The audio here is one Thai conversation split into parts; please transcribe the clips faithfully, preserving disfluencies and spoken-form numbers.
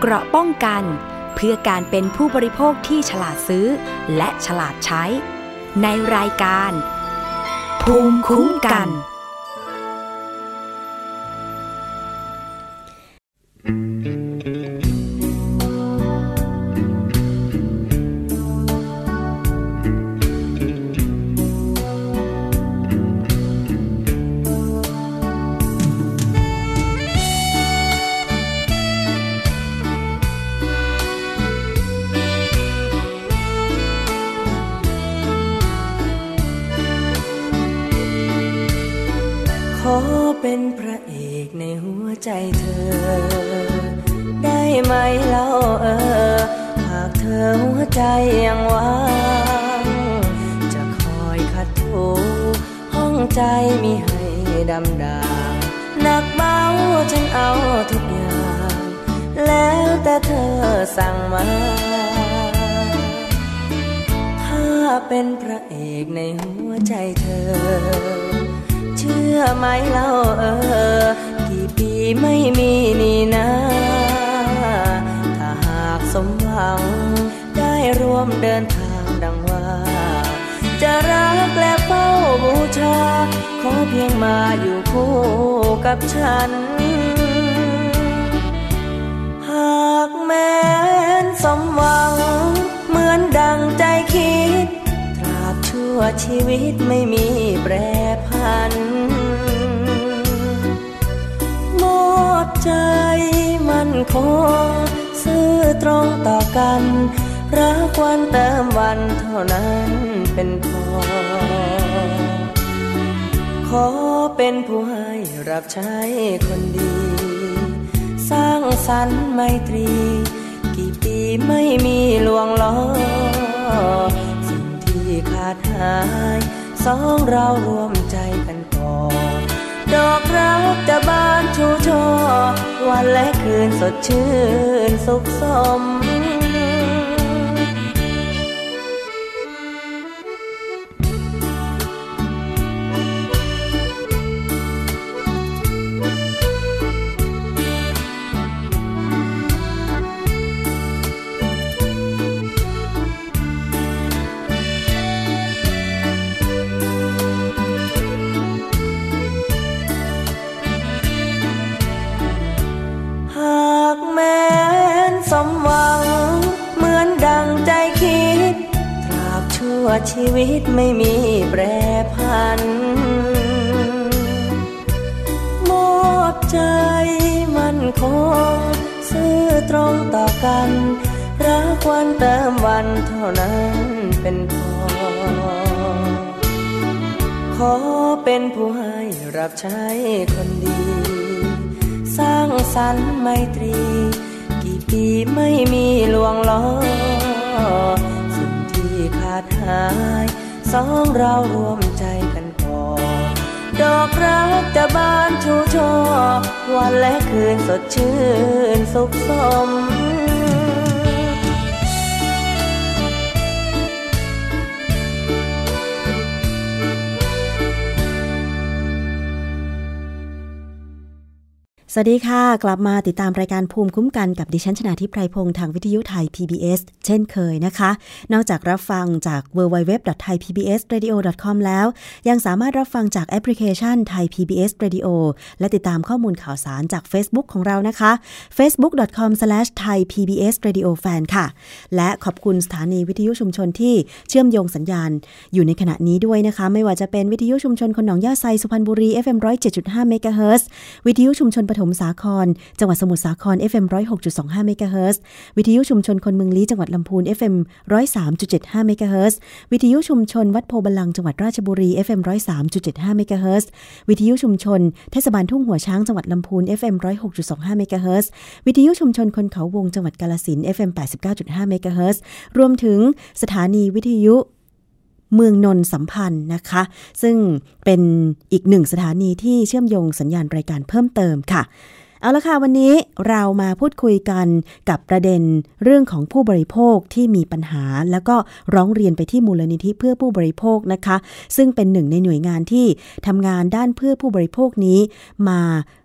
เกราะป้องกันเพื่อการเป็นผู้บริโภคที่ฉลาดซื้อและฉลาดใช้ในรายการภูมิคุ้มกันขอเป็นพระเอกในหัวใจเธอได้ไหมเล่าเออหากเธอหัวใจยังว่างจะคอยขัดถูห้องใจมิให้ดำดางหนักเบาฉันเอาทุกอย่างแล้วแต่เธอสั่งมาถ้าเป็นพระเอกในหัวใจเธอเชื่อไหมเล่าเออกี่ปีไม่มีนี่นะถ้าหากสมหวังได้ร่วมเดินทางดังว่าจะรักและเฝ้าบูชาขอเพียงมาอยู่คู่กับฉันหากแม้นสมหวังเหมือนดังใจคิดตราบชั่วชีวิตไม่มีแปรผันหมดใจมั่นคงซื่อตรงต่อกันรักวันเติมวันเท่านั้นเป็นพอขอเป็นผู้ให้รับใช้คนดีสร้างสรรค์ไมตรีกี่ปีไม่มีลวงล้อสิ่งที่ขาดหายสองเรารวมใจกันก่อดอกรักจะบานชูช่อวันและคืนสดชื่นสุขสมสมหวังเหมือนดังใจคิดตราบชั่วชีวิตไม่มีแปรผันหมดใจมั่นคงซื่อตรงต่อกันรักวันเติมวันเท่านั้นเป็นพอขอเป็นผู้ให้รับใช้คนดีสร้างสรรค์ไมตรีกี่ปีไม่มีลวงล้อสิ่งที่ขาดหายสองเรารวมใจกันก่อดอกรักจะบานชูช่อวันและคืนสดชื่นสุขสมสวัสดีค่ะกลับมาติดตามรายการภูมิคุ้มกันกับดิฉันชนาธิปไพรพงษ์ทางวิทยุไทย พี บี เอส เช่นเคยนะคะนอกจากรับฟังจาก ดับเบิลยู ดับเบิลยู ดับเบิลยู ดอท ไทยพีบีเอสเรดิโอ ดอท คอม แล้วยังสามารถรับฟังจากแอปพลิเคชัน Thai พี บี เอส Radio และติดตามข้อมูลข่าวสารจาก Facebook ของเรานะคะ เฟซบุ๊ก ดอท คอม สแลช ไทยพีบีเอสเรดิโอแฟน ค่ะและขอบคุณสถานีวิทยุชุมชนที่เชื่อมโยงสัญญาณอยู่ในขณะนี้ด้วยนะคะไม่ว่าจะเป็นวิทยุชุมชนคนหนองย่าไซสุพรรณบุรี เอฟ เอ็ม หนึ่งร้อยเจ็ดจุดห้า เมกะเฮิรตซ์วิทยุชุมชนปฐมสาครจังหวัดสมุทรสาคร เอฟ เอ็ม หนึ่งร้อยหกจุดสองห้า เมกะเฮิรตซ์วิทยุชุมชนคนเมืองลี้จังหวัดลำพูน เอฟ เอ็ม หนึ่งร้อยสามจุดเจ็ดห้า เมกะเฮิรตซ์วิทยุชุมชนวัดโพบัลลังก์จังหวัดราชบุรี เอฟ เอ็ม หนึ่งร้อยสามจุดเจ็ดห้า เมกะเฮิรตซ์วิทยุชุมชนเทศบาลทุ่งหัวช้างจังหวัดลำพูน เอฟ เอ็ม หนึ่งร้อยหกจุดสองห้า เมกะเฮิรตซ์วิทยุชุมชนคนเขาวงจังหวัดกาฬสินธุ์ เอฟ เอ็ม แปดสิบเก้าจุดห้า เมกะเฮิรตซ์รวมถึงสถานีวิทยุเมืองนนท์สัมพันธ์นะคะซึ่งเป็นอีกหนึ่งสถานีที่เชื่อมโยงสัญญาณรายการเพิ่มเติมค่ะเอาละค่ะวันนี้เรามาพูดคุยกันกับประเด็นเรื่องของผู้บริโภคที่มีปัญหาแล้วก็ร้องเรียนไปที่มูลนิธิเพื่อผู้บริโภคนะคะซึ่งเป็นหนึ่งในหน่วยงานที่ทำงานด้านเพื่อผู้บริโภคนี้มา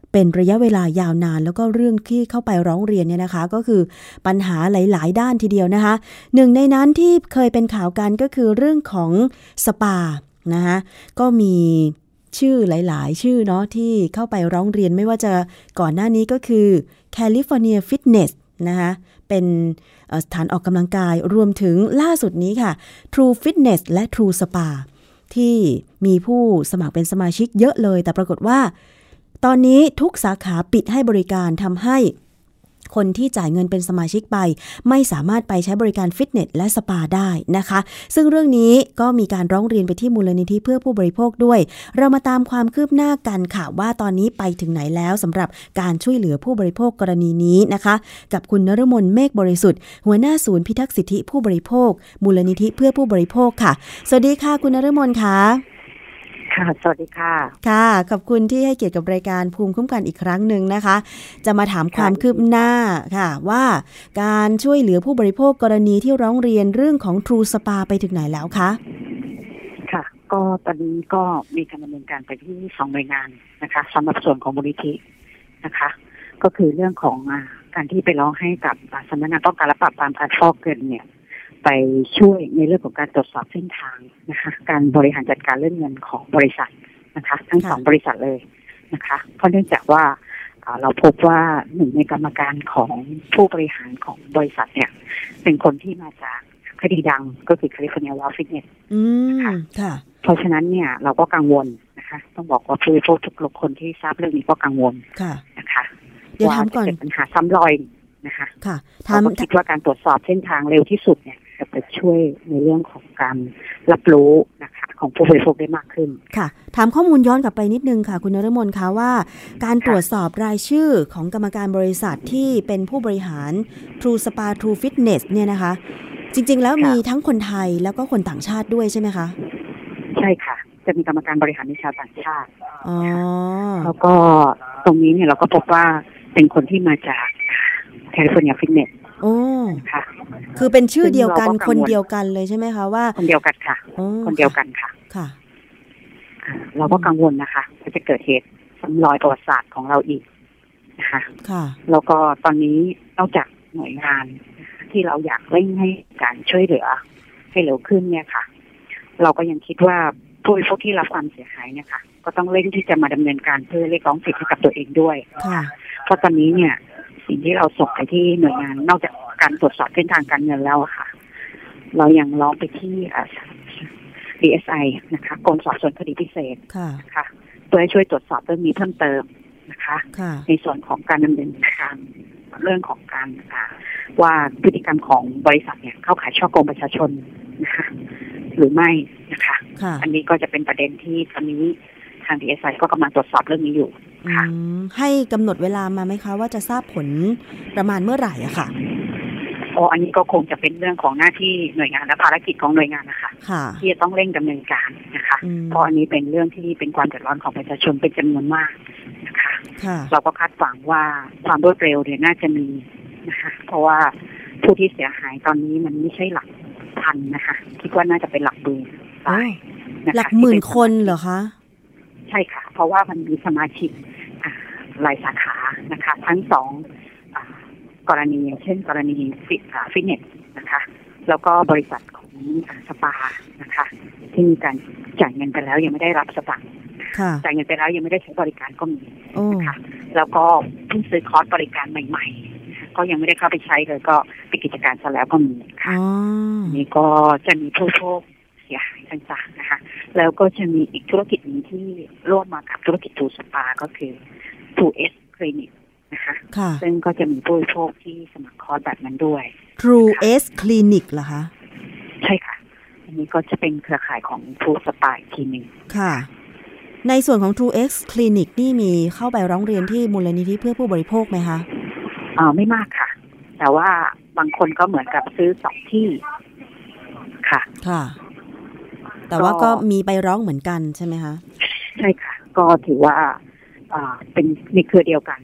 เป็นระยะเวลายาวนานแล้วก็เรื่องที่เข้าไปร้องเรียนเนี่ยนะคะก็คือปัญหาหลายๆด้านทีเดียวนะคะหนึ่งในนั้นที่เคยเป็นข่าวกันก็คือเรื่องของสปานะคะก็มีชื่อหลายๆชื่อเนาะที่เข้าไปร้องเรียนไม่ว่าจะก่อนหน้านี้ก็คือ California Fitness นะคะเป็นสถานออกกำลังกายรวมถึงล่าสุดนี้ค่ะ True Fitness และ True Spa ที่มีผู้สมัครเป็นสมาชิกเยอะเลยแต่ปรากฏว่าตอนนี้ทุกสาขาปิดให้บริการทำให้คนที่จ่ายเงินเป็นสมาชิกไปไม่สามารถไปใช้บริการฟิตเนสและสปาได้นะคะซึ่งเรื่องนี้ก็มีการร้องเรียนไปที่มูลนิธิเพื่อผู้บริโภคด้วยเรามาตามความคืบหน้ากันค่ะว่าตอนนี้ไปถึงไหนแล้วสำหรับการช่วยเหลือผู้บริโภคกรณีนี้นะคะกับคุณนฤมลเมฆบริสุทธิ์หัวหน้าศูนย์พิทักษ์สิทธิผู้บริโภคมูลนิธิเพื่อผู้บริโภคค่ะสวัสดีค่ะคุณนฤมลค่ะค่ะสวัสดีค่ะค่ะขอบคุณที่ให้เกียรติกับรายการภูมิคุ้มกันอีกครั้งหนึ่งนะคะจะมาถามความคืบหน้าค่ะว่าการช่วยเหลือผู้บริโภคกรณีที่ร้องเรียนเรื่องของ True Spa ไปถึงไหนแล้วคะค่ะก็ตอนนี้ก็มีการดำเนินการไปที่สองหน่วยงานนะคะสำหรับส่วนของมูลนิธินะคะก็คือเรื่องของการที่ไปร้องให้กับสำนักงานป้องกันและปราบปรามการฟอกเงินเนี่ยไปช่วยในเรื่องของการตรวจสอบเส้นทางนะคะการบริหารจัดการเรื่องเงินของบริษัทนะคะทั้งสองบริษัทเลยนะคะเพราะเนื่องจากว่าเราพบว่าหนึ่งในกรรมการของผู้บริหารของบริษัทเนี่ยเป็นคนที่มาจากคดีดังก็คือ California Fitness นะคะเพราะฉะนั้นเนี่ยเราก็กังวลนะคะต้องบอกว่าผู้บริโภคทุกคนที่ทราบเรื่องนี้ก็กังวลนะคะว่าจะเกิดปัญหาซ้ำรอยนะคะเราก็คิดว่าการตรวจสอบเส้นทางเร็วที่สุดเนี่ยจะช่วยในเรื่องของการรับรู้นะคะของผู้บริโภคได้มากขึ้นค่ะถามข้อมูลย้อนกลับไปนิดนึงค่ะคุณนฤมลคะว่าการตรวจสอบรายชื่อของกรรมการบริษัทที่เป็นผู้บริหาร True Spa True Fitness เนี่ยนะคะจริงๆแล้วมีทั้งคนไทยแล้วก็คนต่างชาติด้วยใช่ไหมคะใช่ค่ะจะมีกรรมการบริหารในชาวต่างชาติอ๋อแล้วก็ตรงนี้เนี่ยเราก็พบว่าเป็นคนที่มาจาก California Fitness โอ้ค่ะคือเป็นชื่อเดียวกันคนเดียวกันเลยใช่ไหมคะว่าคนเดียวกันค่ะคนเดียวกันค่ะค่ะเราก็กังวลนะคะว่าจะเกิดเหตุซ้ำรอยประวัติศาสตร์ของเราอีกนะคะค่ะแล้วก็ตอนนี้นอกจากหน่วยงานที่เราอยากเร่งให้การช่วยเหลือให้เร็วขึ้นเนี่ยค่ะเราก็ยังคิดว่าผู้บริโภคที่รับความเสียหายเนี่ยค่ะก็ต้องเร่งที่จะมาดำเนินการเพื่อเรียกร้องสิทธิให้กับตัวเองด้วยค่ะเพราะตอนนี้เนี่ยสิ่งที่เราส่งไปที่หน่วยงานนอกจากการตรวจสอบเส้นทางการเงินแล้วค่ะเรายังร้องไปที่ ดี เอส ไอ นะคะกรมสอบสวนคดีพิเศษค่ะเพื่อให้ช่วยตรวจสอบเรื่องนี้เพิ่มเติมนะคะในส่วนของการดำเนินการเรื่องของการว่าพฤติกรรมของบริษัทเนี่ยเข้าข่ายฉ้อโกงประชาชนนะคะหรือไม่นะคะอันนี้ก็จะเป็นประเด็นที่ตอนนี้ทาง ดี เอส ไอ ก็กำลังตรวจสอบเรื่องนี้อยู่ค่ะให้กำหนดเวลามาไหมคะว่าจะทราบผลประมาณเมื่อไหร่อะค่ะอ๋ออันนี้ก็คงจะเป็นเรื่องของหน้าที่หน่วยงานและภารกิจของหน่วยงานนะคะที่จะต้องเร่งดำเนินการนะคะเพราะอันนี้เป็นเรื่องที่เป็นความเดือดร้อนของประชาชนเป็นจำนวนมากนะคะเราก็คาดหวังว่าความรวดเร็วเนี่ยน่าจะมีนะคะเพราะว่าผู้ที่เสียหายตอนนี้มันไม่ใช่หลักพันนะคะคิดว่าน่าจะเป็นหลักหมื่นหลักหมื่นคนเหรอคะใช่ค่ะเพราะว่ามันมีสมาชิกหลายสาขานะคะทั้งสองกรณีเช่นกรณีฟิตเนสนะคะแล้วก็บริษัทของสปานะคะที่มีการจ่ายเงินไปแล้วยังไม่ได้รับสตังค์จ่ายเงินไปแล้วยังไม่ได้ใช้บริการก็มีนะคะแล้วก็เพิ่งซื้อคอร์สบริการใหม่ๆก็ยังไม่ได้เข้าไปใช้เลยก็ปิดกิจการซะแล้วก็มีค่ะนี่ก็จะมีผู้โชคเสียหายต่างๆนะคะแล้วก็จะมีอีกธุรกิจนึงที่ร่วมมากับธุรกิจ True Spa ก็คือ True S Clinic นะคะซึ่งก็จะมีผู้บริโภคที่สมัครคอร์สแบบนั้นด้วย True S Clinic เหรอคะใช่ค่ะอันนี้ก็จะเป็นเครือข่ายของ True Spa อีกทีนึงค่ะในส่วนของ True X Clinic นี่มีเข้าไปร้องเรียนที่มูลนิธิเพื่อผู้บริโภคไหมคะอ่าไม่มากค่ะแต่ว่าบางคนก็เหมือนกับซื้อสองที่ค่ะค่ะแต่ว่าก็มีไปร้องเหมือนกันใช่ไหมคะใช่ค่ะก็ถือว่าอ่าเป็นในเครือเดียวกัน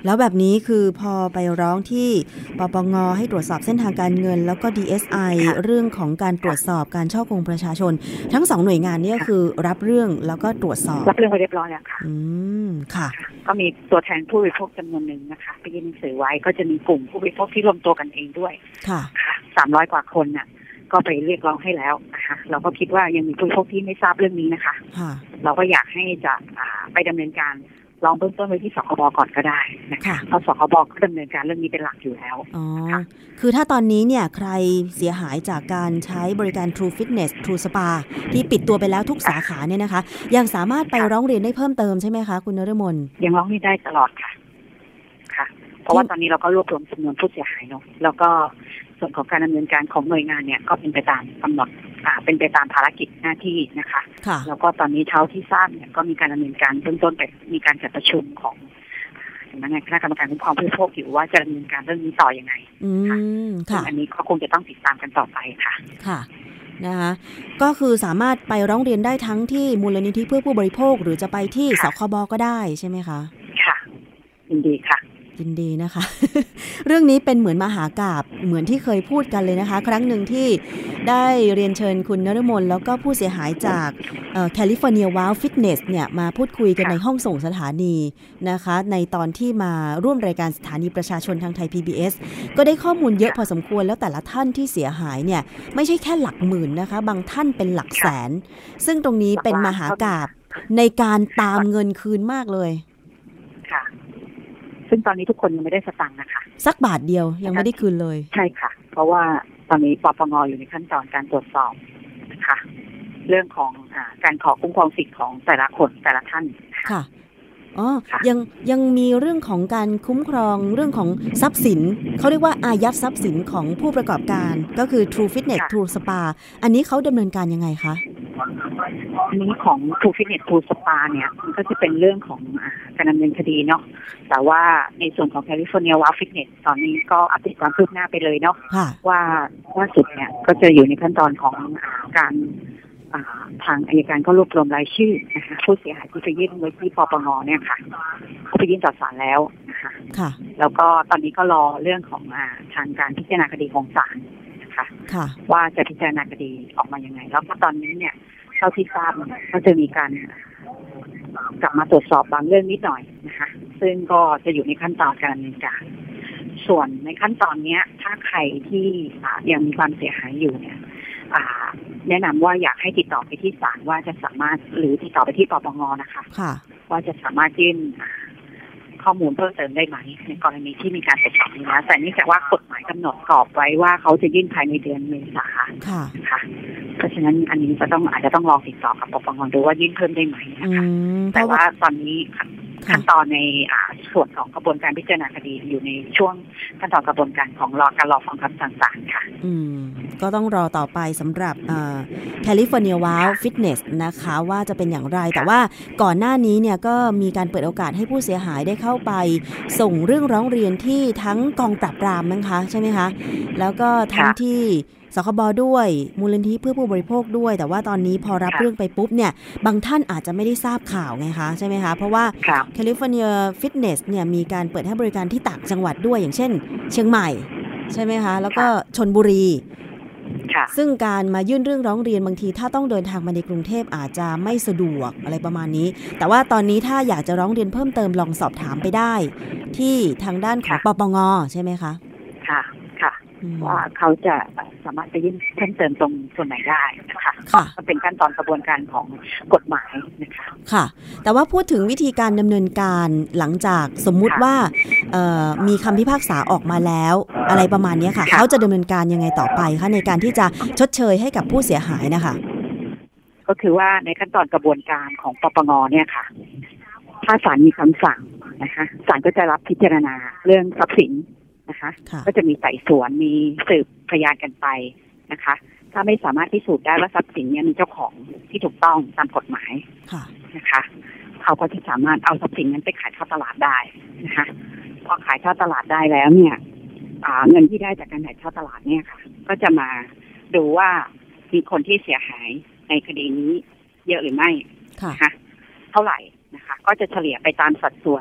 แล้วแบบนี้คือพอไปร้องที่ปปง.ให้ตรวจสอบเส้นทางการเงินแล้วก็ ดี เอส ไอ เรื่องของการตรวจสอบการฉ้อโกงประชาชนทั้งสองหน่วยงานนี้คือรับเรื่องแล้วก็ตรวจสอบรับเรื่องไปเรียบร้อยแล้วค่ะอืมค่ะก็มีตัวแทนผู้บริโภคจำนวนหนึ่งนะคะไปยื่นหนังสือไว้ก็จะมีกลุ่มผู้บริโภคที่รวมตัวกันเองด้วยค่ะสามร้อยกว่าคนน่ะก็ไปเรียกร้องให้แล้วนะคะเราก็คิดว่ายังมีผู้บริโภคที่ไม่ทราบเรื่องนี้นะคะเราก็อยากให้จะไปดำเนินการลองเบื้องต้นไปที่สคบก่อนก็ได้นะคะเพราะสคบก็ดำเนินการเรื่องนี้เป็นหลักอยู่แล้วอ๋อคือถ้าตอนนี้เนี่ยใครเสียหายจากการใช้บริการ True Fitness True Spa ที่ปิดตัวไปแล้วทุกสาขาเนี่ยนะคะยังสามารถไปร้องเรียนได้เพิ่มเติมใช่ไหมคะคุณนฤมลยังร้องเรียนได้ตลอดค่ะค่ะเพราะว่าตอนนี้เราก็รวบรวมจำนวนผู้เสียหายเนาะแล้วก็ส่วนของการดำเนินการของหน่วยงานเนี่ยก็เป็นไปตามกำหนดอ่าเป็นไปตามภารกิจหน้าที่นะคะแล้วก็ตอนนี้เท่าที่ทราบเนี่ยก็มีการดำเนินการเบื้องต้นไปมีการจัดประชุมของสำนักงานคณะกรรมการคุ้มครองผู้บริโภคอยู่ว่าจะดำเนินการเรื่องนี้ต่อยังไงค่ะอันนี้ก็คงจะต้องติดตามกันต่อไปค่ะค่ะนะคะก็คือสามารถไปร้องเรียนได้ทั้งที่มูลนิธิเพื่อผู้บริโภคหรือจะไปที่สคบก็ได้ใช่ไหมคะค่ะยินดีค่ะยินดีนะคะ เรื่องนี้เป็นเหมือนมหากาพย์เหมือนที่เคยพูดกันเลยนะคะครั้งหนึ่งที่ได้เรียนเชิญคุณนฤมลแล้วก็ผู้เสียหายจากแคลิฟอร์เนีย Wow Fitness เนี่ยมาพูดคุยกันในห้องส่งสถานีนะคะในตอนที่มาร่วมรายการสถานีประชาชนทางไทย พี บี เอส ก็ได้ข้อมูลเยอะพอสมควรแล้วแต่ละท่านที่เสียหายเนี่ยไม่ใช่แค่หลักหมื่นนะคะบางท่านเป็นหลักแสนซึ่งตรงนี้เป็นมหากาพย์ในการตามเงินคืนมากเลยค่ะซึ่งตอนนี้ทุกคนยังไม่ได้สตังค์นะคะสักบาทเดียวยังไม่ได้คืนเลยใช่ค่ะเพราะว่าตอนนี้ปปง.อยู่ในขั้นตอนการตรวจสอบนะคะเรื่องของอ่าการขอคุ้มครองสิทธิ์ของแต่ละคนแต่ละท่านค่ะอ๋อยังยังมีเรื่องของการคุ้มครองเรื่องของทรัพย์สินเขาเรียกว่าอายัดทรัพย์สินของผู้ประกอบการก็คือ True Fitness True Spa อันนี้เขาดำเนินการยังไงคะอันนี้ของ True Fitness True Spa เนี่ยมันก็จะเป็นเรื่องของอ่าการดำเนินคดีเนาะแต่ว่าในส่วนของ California Wow Fitness ตอนนี้ก็อัปเดตความคืบหน้าไปเลยเนาะว่าล่าสุดเนี่ยก็จะอยู่ในขั้นตอนของอ่าการทางอัยการก็รวบรวมรายชื่อนะคะผู้เสียหายที่ไปยื่นไว้ที่ปปง.เนี่ยค่ะก็ไปยื่นต่อศาลแล้วนะคะค่ะแล้วก็ตอนนี้ก็รอเรื่องของอ่าทางการพิจารณาคดีของศาลนะคะค่ะว่าจะพิจารณาคดีออกมายังไงแล้วก็ตอนนี้เนี่ยเท่าที่ทราบก็จะมีการกลับมาตรวจสอบบางเรื่องนิดหน่อยนะคะซึ่งก็จะอยู่ในขั้นตอนการดำเนินการส่วนในขั้นตอนนี้ถ้าใครที่ยังมีความเสียหายอยู่เนี่ยแนะนำว่าอยากให้ติดต่อไปที่ศาลว่าจะสามารถหรือติดต่อไปที่ปปง.นะคะว่าจะสามารถยื่นข้อมูลเพิ่มเติมได้ไหมในกรณีที่มีการตรวจสอบนี้นะแต่นี่แต่ว่ากฎหมายกำหนดกรอบไว้ว่าเขาจะยื่นภายในเดือนเมษาค่ะเพราะฉะนั้นอันนี้จะต้องอาจจะต้องลองติดต่อกับปปง.ดูว่ายื่นเพิ่มได้ไหมนะคะแต่ว่าตอนนี้ขั้นตอนในส่วนของกระบวนการพิจารณาคดีอยู่ในช่วงขั้นตอนกระบวนการของรอการรอฟังคำสั่งศาลค่ะอืมก็ต้องรอต่อไปสำหรับแคลิฟอร์เนีย Wow Fitness นะคะว่าจะเป็นอย่างไรแต่ว่าก่อนหน้านี้เนี่ยก็มีการเปิดโอกาสให้ผู้เสียหายได้เข้าไปส่งเรื่องร้องเรียนที่ทั้งกองปราบปรามมั้งคะใช่ไหมคะแล้วก็ทั้งที่สคบด้วยมูลนิธิเพื่อผู้บริโภคด้วยแต่ว่าตอนนี้พอรับเรื่องไปปุ๊บเนี่ยบางท่านอาจจะไม่ได้ทราบข่าวไงคะใช่ไหมคะเพราะว่า California Fitness เนี่ยมีการเปิดให้บริการที่ต่างจังหวัดด้วยอย่างเช่นเชียงใหม่ใช่ไหมคะแล้วก็ชลบุรีซึ่งการมายื่นเรื่องร้องเรียนบางทีถ้าต้องเดินทางมาในกรุงเทพอาจจะไม่สะดวกอะไรประมาณนี้แต่ว่าตอนนี้ถ้าอยากจะร้องเรียนเพิ่มเติมลองสอบถามไปได้ที่ทางด้านของปปง.ใช่ไหมคะค่ะค่ะว่าเขาจะสามารถไปยื่นเพิ่มเติมตรงส่วนไหนได้นะคะก็เป็นขั้นตอนกระบวนการของกฎหมายนะคะค่ะแต่ว่าพูดถึงวิธีการดำเนินการหลังจากสมมุติว่ามีคำพิพากษาออกมาแล้วอะไรประมาณนี้ค่ะเขาจะดำเนินการยังไงต่อไปคะในการที่จะชดเชยให้กับผู้เสียหายนะคะก็คือว่าในขั้นตอนกระบวนการของปปง.เนี่ยค่ะถ้าศาลมีคำสั่งนะคะศาลก็จะรับพิจารณาเรื่องทรัพย์สินนะคะก็จะมีไต่สวนมีสืบพยานกันไปนะคะถ้าไม่สามารถพิสูจน์ได้ว่าทรัพย์สินนี้มีเจ้าของที่ถูกต้องตามกฎหมายนะคะเขาก็จะสามารถเอาทรัพย์สินนั้นไปขายทอดตลาดได้นะคะพอขายทอดตลาดได้แล้วเนี่ยเงินที่ได้จากการขายทอดตลาดเนี่ยค่ะก็จะมาดูว่ามีคนที่เสียหายในคดีนี้เยอะหรือไม่นะคะเท่าไหร่นะคะก็จะเฉลี่ยไปตามสัดส่วน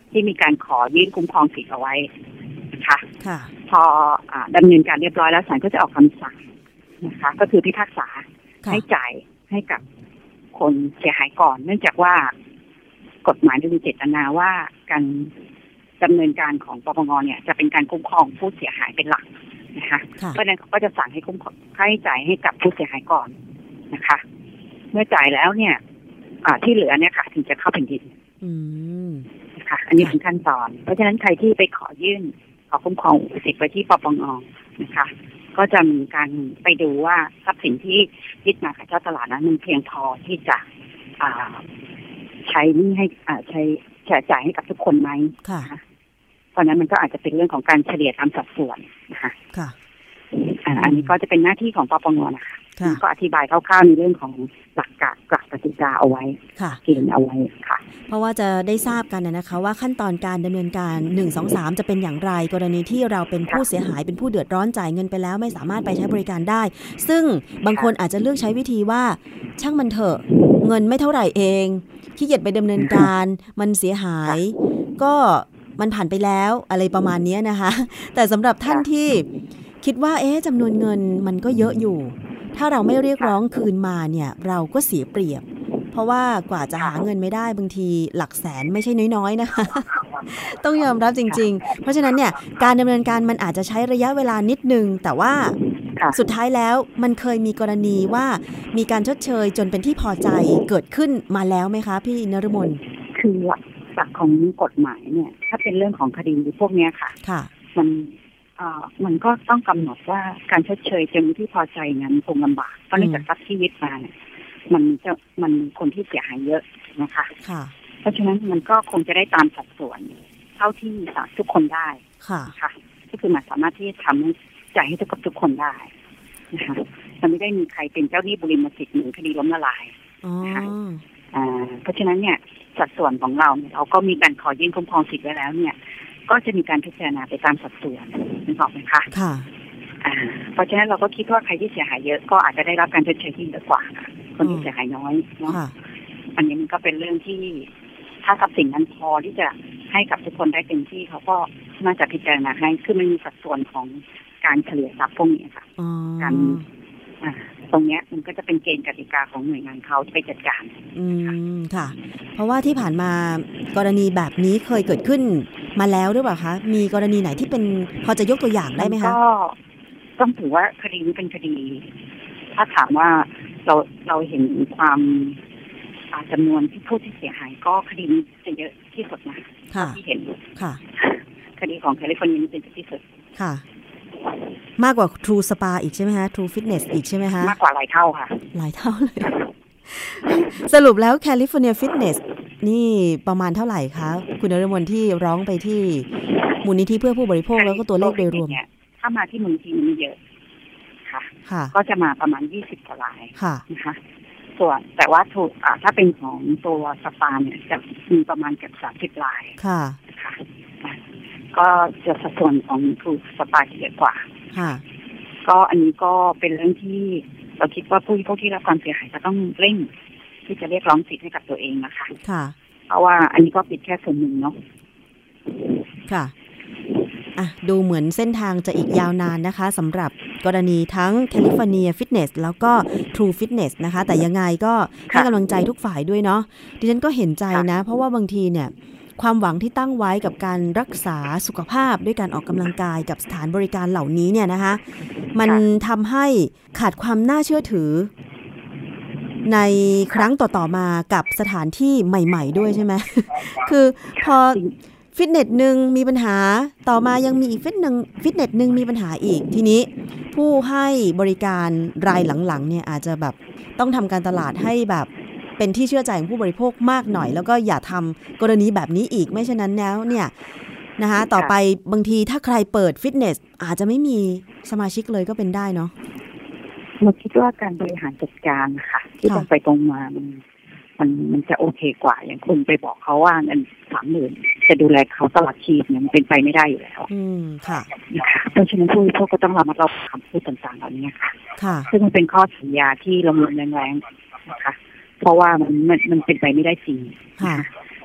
ที่มีการขอยื่นคุ้มครองสิทธิ์เอาไว้นะคะค่ะพออ่าดำเนินการเรียบร้อยแล้วศาลก็จะออกคำสั่งนะคะก็คือพิพากษาให้จ่ายให้กับคนเสียหายก่อนเนื่องจากว่ากฎหมายมีเจตนาว่าการดำเนินการของปปงเนี่ยจะเป็นการคุ้มครองผู้เสียหายเป็นหลักนะคะเพราะฉะนั้นก็จะสั่งให้คุ้มครองให้จ่ายให้กับผู้เสียหายก่อนนะคะเมื่อจ่ายแล้วเนี่ยที่เหลือเนี่ยค่ะถึงจะเข้าแผ่นดินนะคะอันนี้เป็นขั้นตอนเพราะฉะนั้นใครที่ไปขอยื่นขอคุ้มครองสิทธิ์ไปที่ปปงนะคะก็จะมีการไปดูว่าทรัพย์สินที่ยึดมาจากเจ้าตลาดนั้นมันเพียงพอที่จะใช้นี่ให้ใช้จ่ายให้กับทุกคนไหมค่ะเพราะนั้นมันก็อาจจะเป็นเรื่องของการเฉลี่ยตามสัดส่วนนะคะค่ะอันนี้ก็จะเป็นหน้าที่ของปปงนะคะก็อธิบายคร่าวๆในเรื่องของหลักการหลักกติกาเอาไว้เกณฑ์เอาไว้ค่ะเพราะว่าจะได้ทราบกันนะคะว่าขั้นตอนการดำเนินการหนึ่ง สอง สามจะเป็นอย่างไรกรณีที่เราเป็นผู้เสียหายเป็นผู้เดือดร้อนจ่ายเงินไปแล้วไม่สามารถไปใช้บริการได้ซึ่งบางคนอาจจะเลือกใช้วิธีว่าช่างมันเถอะเงินไม่เท่าไหร่เองขี้เกียจไปดำเนินการมันเสียหายก็มันผ่านไปแล้วอะไรประมาณนี้นะคะแต่สำหรับท่านที่คิดว่าเอ๊ะจำนวนเงินมันก็เยอะอยู่ถ้าเราไม่เรียกร้องคืนมาเนี่ยเราก็เสียเปรียบเพราะว่ากว่าจะหาเงินไม่ได้บางทีหลักแสนไม่ใช่น้อยๆนะคะต้องยอมรับจริงๆเพราะฉะนั้นเนี่ยการดำเนินการมันอาจจะใช้ระยะเวลานิดนึงแต่ว่าสุดท้ายแล้วมันเคยมีกรณีว่ามีการชดเชยจนเป็นที่พอใจเกิดขึ้นมาแล้วไหมคะพี่นฤมลคือหลักหลักของกฎหมายเนี่ยถ้าเป็นเรื่องของคดีพวกนี้ค่ะค่ะมันมันก็ต้องกำหนดว่าการชดเชยจนที่พอใจนั้นคงลำบากเพราะเนื่องจากทรัพย์ที่ยึดมาเนี่ยมันจะมันคนที่เสียหายเยอะนะคะเพราะฉะนั้นมันก็คงจะได้ตามสัดส่วนเท่าที่ทุกคนได้ค่ะก็คือมันสามารถที่จะทำจ่ายให้ทุกทุกคนได้นะคะมันไม่ได้มีใครเป็นเจ้าหนี้บุริมสิทธิ์หรือคดีล้มละลายนะคะเพราะฉะนั้นเนี่ยสัดส่วนของเราเนี่ยเราก็มีการขอยื่นคุ้มครองสิทธิ์ไว้แล้วเนี่ยก็จะมีการพิจารณาไปตามสัดส่วนนึกออกไหมคะค่ะอ่าเพราะฉะนั้นเราก็คิดว่าใครที่เสียหายเยอะก็อาจจะได้รับการชดเชยที่เยอะกว่าคนที่เสียหายน้อยเนาะอันนี้มันก็เป็นเรื่องที่ถ้าทรัพย์สินนั้นพอที่จะให้กับทุกคนได้เต็มที่เขาก็น่าจะพิจารณาให้คือมันมีสัดส่วนของการเฉลี่ยทรัพย์พวกนี้ค่ะการอ่าตรงเนี้ยมันก็จะเป็นเกณฑ์กติกาของหน่วยงานเขาไปจัดการอืมค่ะเพราะว่าที่ผ่านมากรณีแบบนี้เคยเกิดขึ้นมาแล้วหรือเปล่าคะมีกรณีไหนที่เป็นพอจะยกตัวอย่างได้ไหมคะก็ต้องถือว่าคดีนี้เป็นคดีถ้าถามว่าเราเราเห็นความจำนวนที่ผู้ที่เสียหายก็คดีนี้จะเยอะที่สุดนะที่เห็นค่ะคดีของแคลิฟอร์เนียนี่เป็นที่สุดค่ะมากกว่า True Spa อีกใช่ไหมคะ True Fitness อีกใช่ไหมคะมากกว่าหลายเท่าค่ะหลายเท่าเลยสรุปแล้ว California Fitness นี่ประมาณเท่าไหร่คะคุณนฤมลที่ร้องไปที่มูลนิธิเพื่อผู้บริโภคแล้วก็ตัวเลขโดยรวมถ้ามาที่มูลนิธิมันเยอะค่ะก็จะมาประมาณยี่สิบกว่ารายนะคะส่วนแต่ว่าถูกถ้าเป็นของตัวสปาเนี่ยจะมีประมาณเกือบสามสิบรายค่ะค่ะก็จะสัดส่วนของถูกสปาเยอะกว่าค่ะก็อันนี้ก็เป็นเรื่องที่เราคิดว่าผู้ผู้ที่รับความเสียหายจะต้องเร่งที่จะเรียกร้องสิทธิ์ให้กับตัวเองนะคะค่ะเพราะว่าอันนี้ก็เป็นแค่ส่วนหนึ่งเนาะค่ะอ่ะดูเหมือนเส้นทางจะอีกยาวนานนะคะสำหรับกรณีทั้ง California Fitness แล้วก็ True Fitness นะคะแต่ยังไงก็ให้กำลังใจทุกฝ่ายด้วยเนาะดิฉันก็เห็นใจนะเพราะว่าบางทีเนี่ยความหวังที่ตั้งไว้กับการรักษาสุขภาพด้วยการออกกำลังกายกับสถานบริการเหล่านี้เนี่ยนะคะมันทำให้ขาดความน่าเชื่อถือในครั้งต่อๆมากับสถานที่ใหม่ๆด้วยใช่ไหม คือพอฟิตเนสหนึ่งมีปัญหาต่อมายังมีอีกฟิตหนึ่งฟิตเนสหนึ่งมีปัญหาอีกทีนี้ผู้ให้บริการรายหลังๆเนี่ยอาจจะแบบต้องทำการตลาดให้แบบเป็นที่เชื่อใจของผู้บริโภคมากหน่อยแล้วก็อย่าทำกรณีแบบนี้อีกไม่เช่นนั้นแล้วเนี่ยนะคะต่อไปบางทีถ้าใครเปิดฟิตเนสอาจจะไม่มีสมาชิกเลยก็เป็นได้เนาะเราคิดว่าการบริหารจัดการค่ะที่ต้องไปตรงมามันมันมันจะโอเคกว่าอย่างคุณไปบอกเขาว่าเงินสามหมื่นจะดูแลเขาตลอดชีพเนี่ยมันเป็นไปไม่ได้อยู่แล้วอืมค่ะนะคะเพราะฉะนั้นผู้บริโภคก็ต้องระมัดระวังคำพูดต่างๆเหล่านี้ค่ะค่ะซึ่งมันเป็นข้อสัญญาที่ลงแรงๆนะคะเพราะว่ามันมันมันเป็นไปไม่ได้จริงค่ะ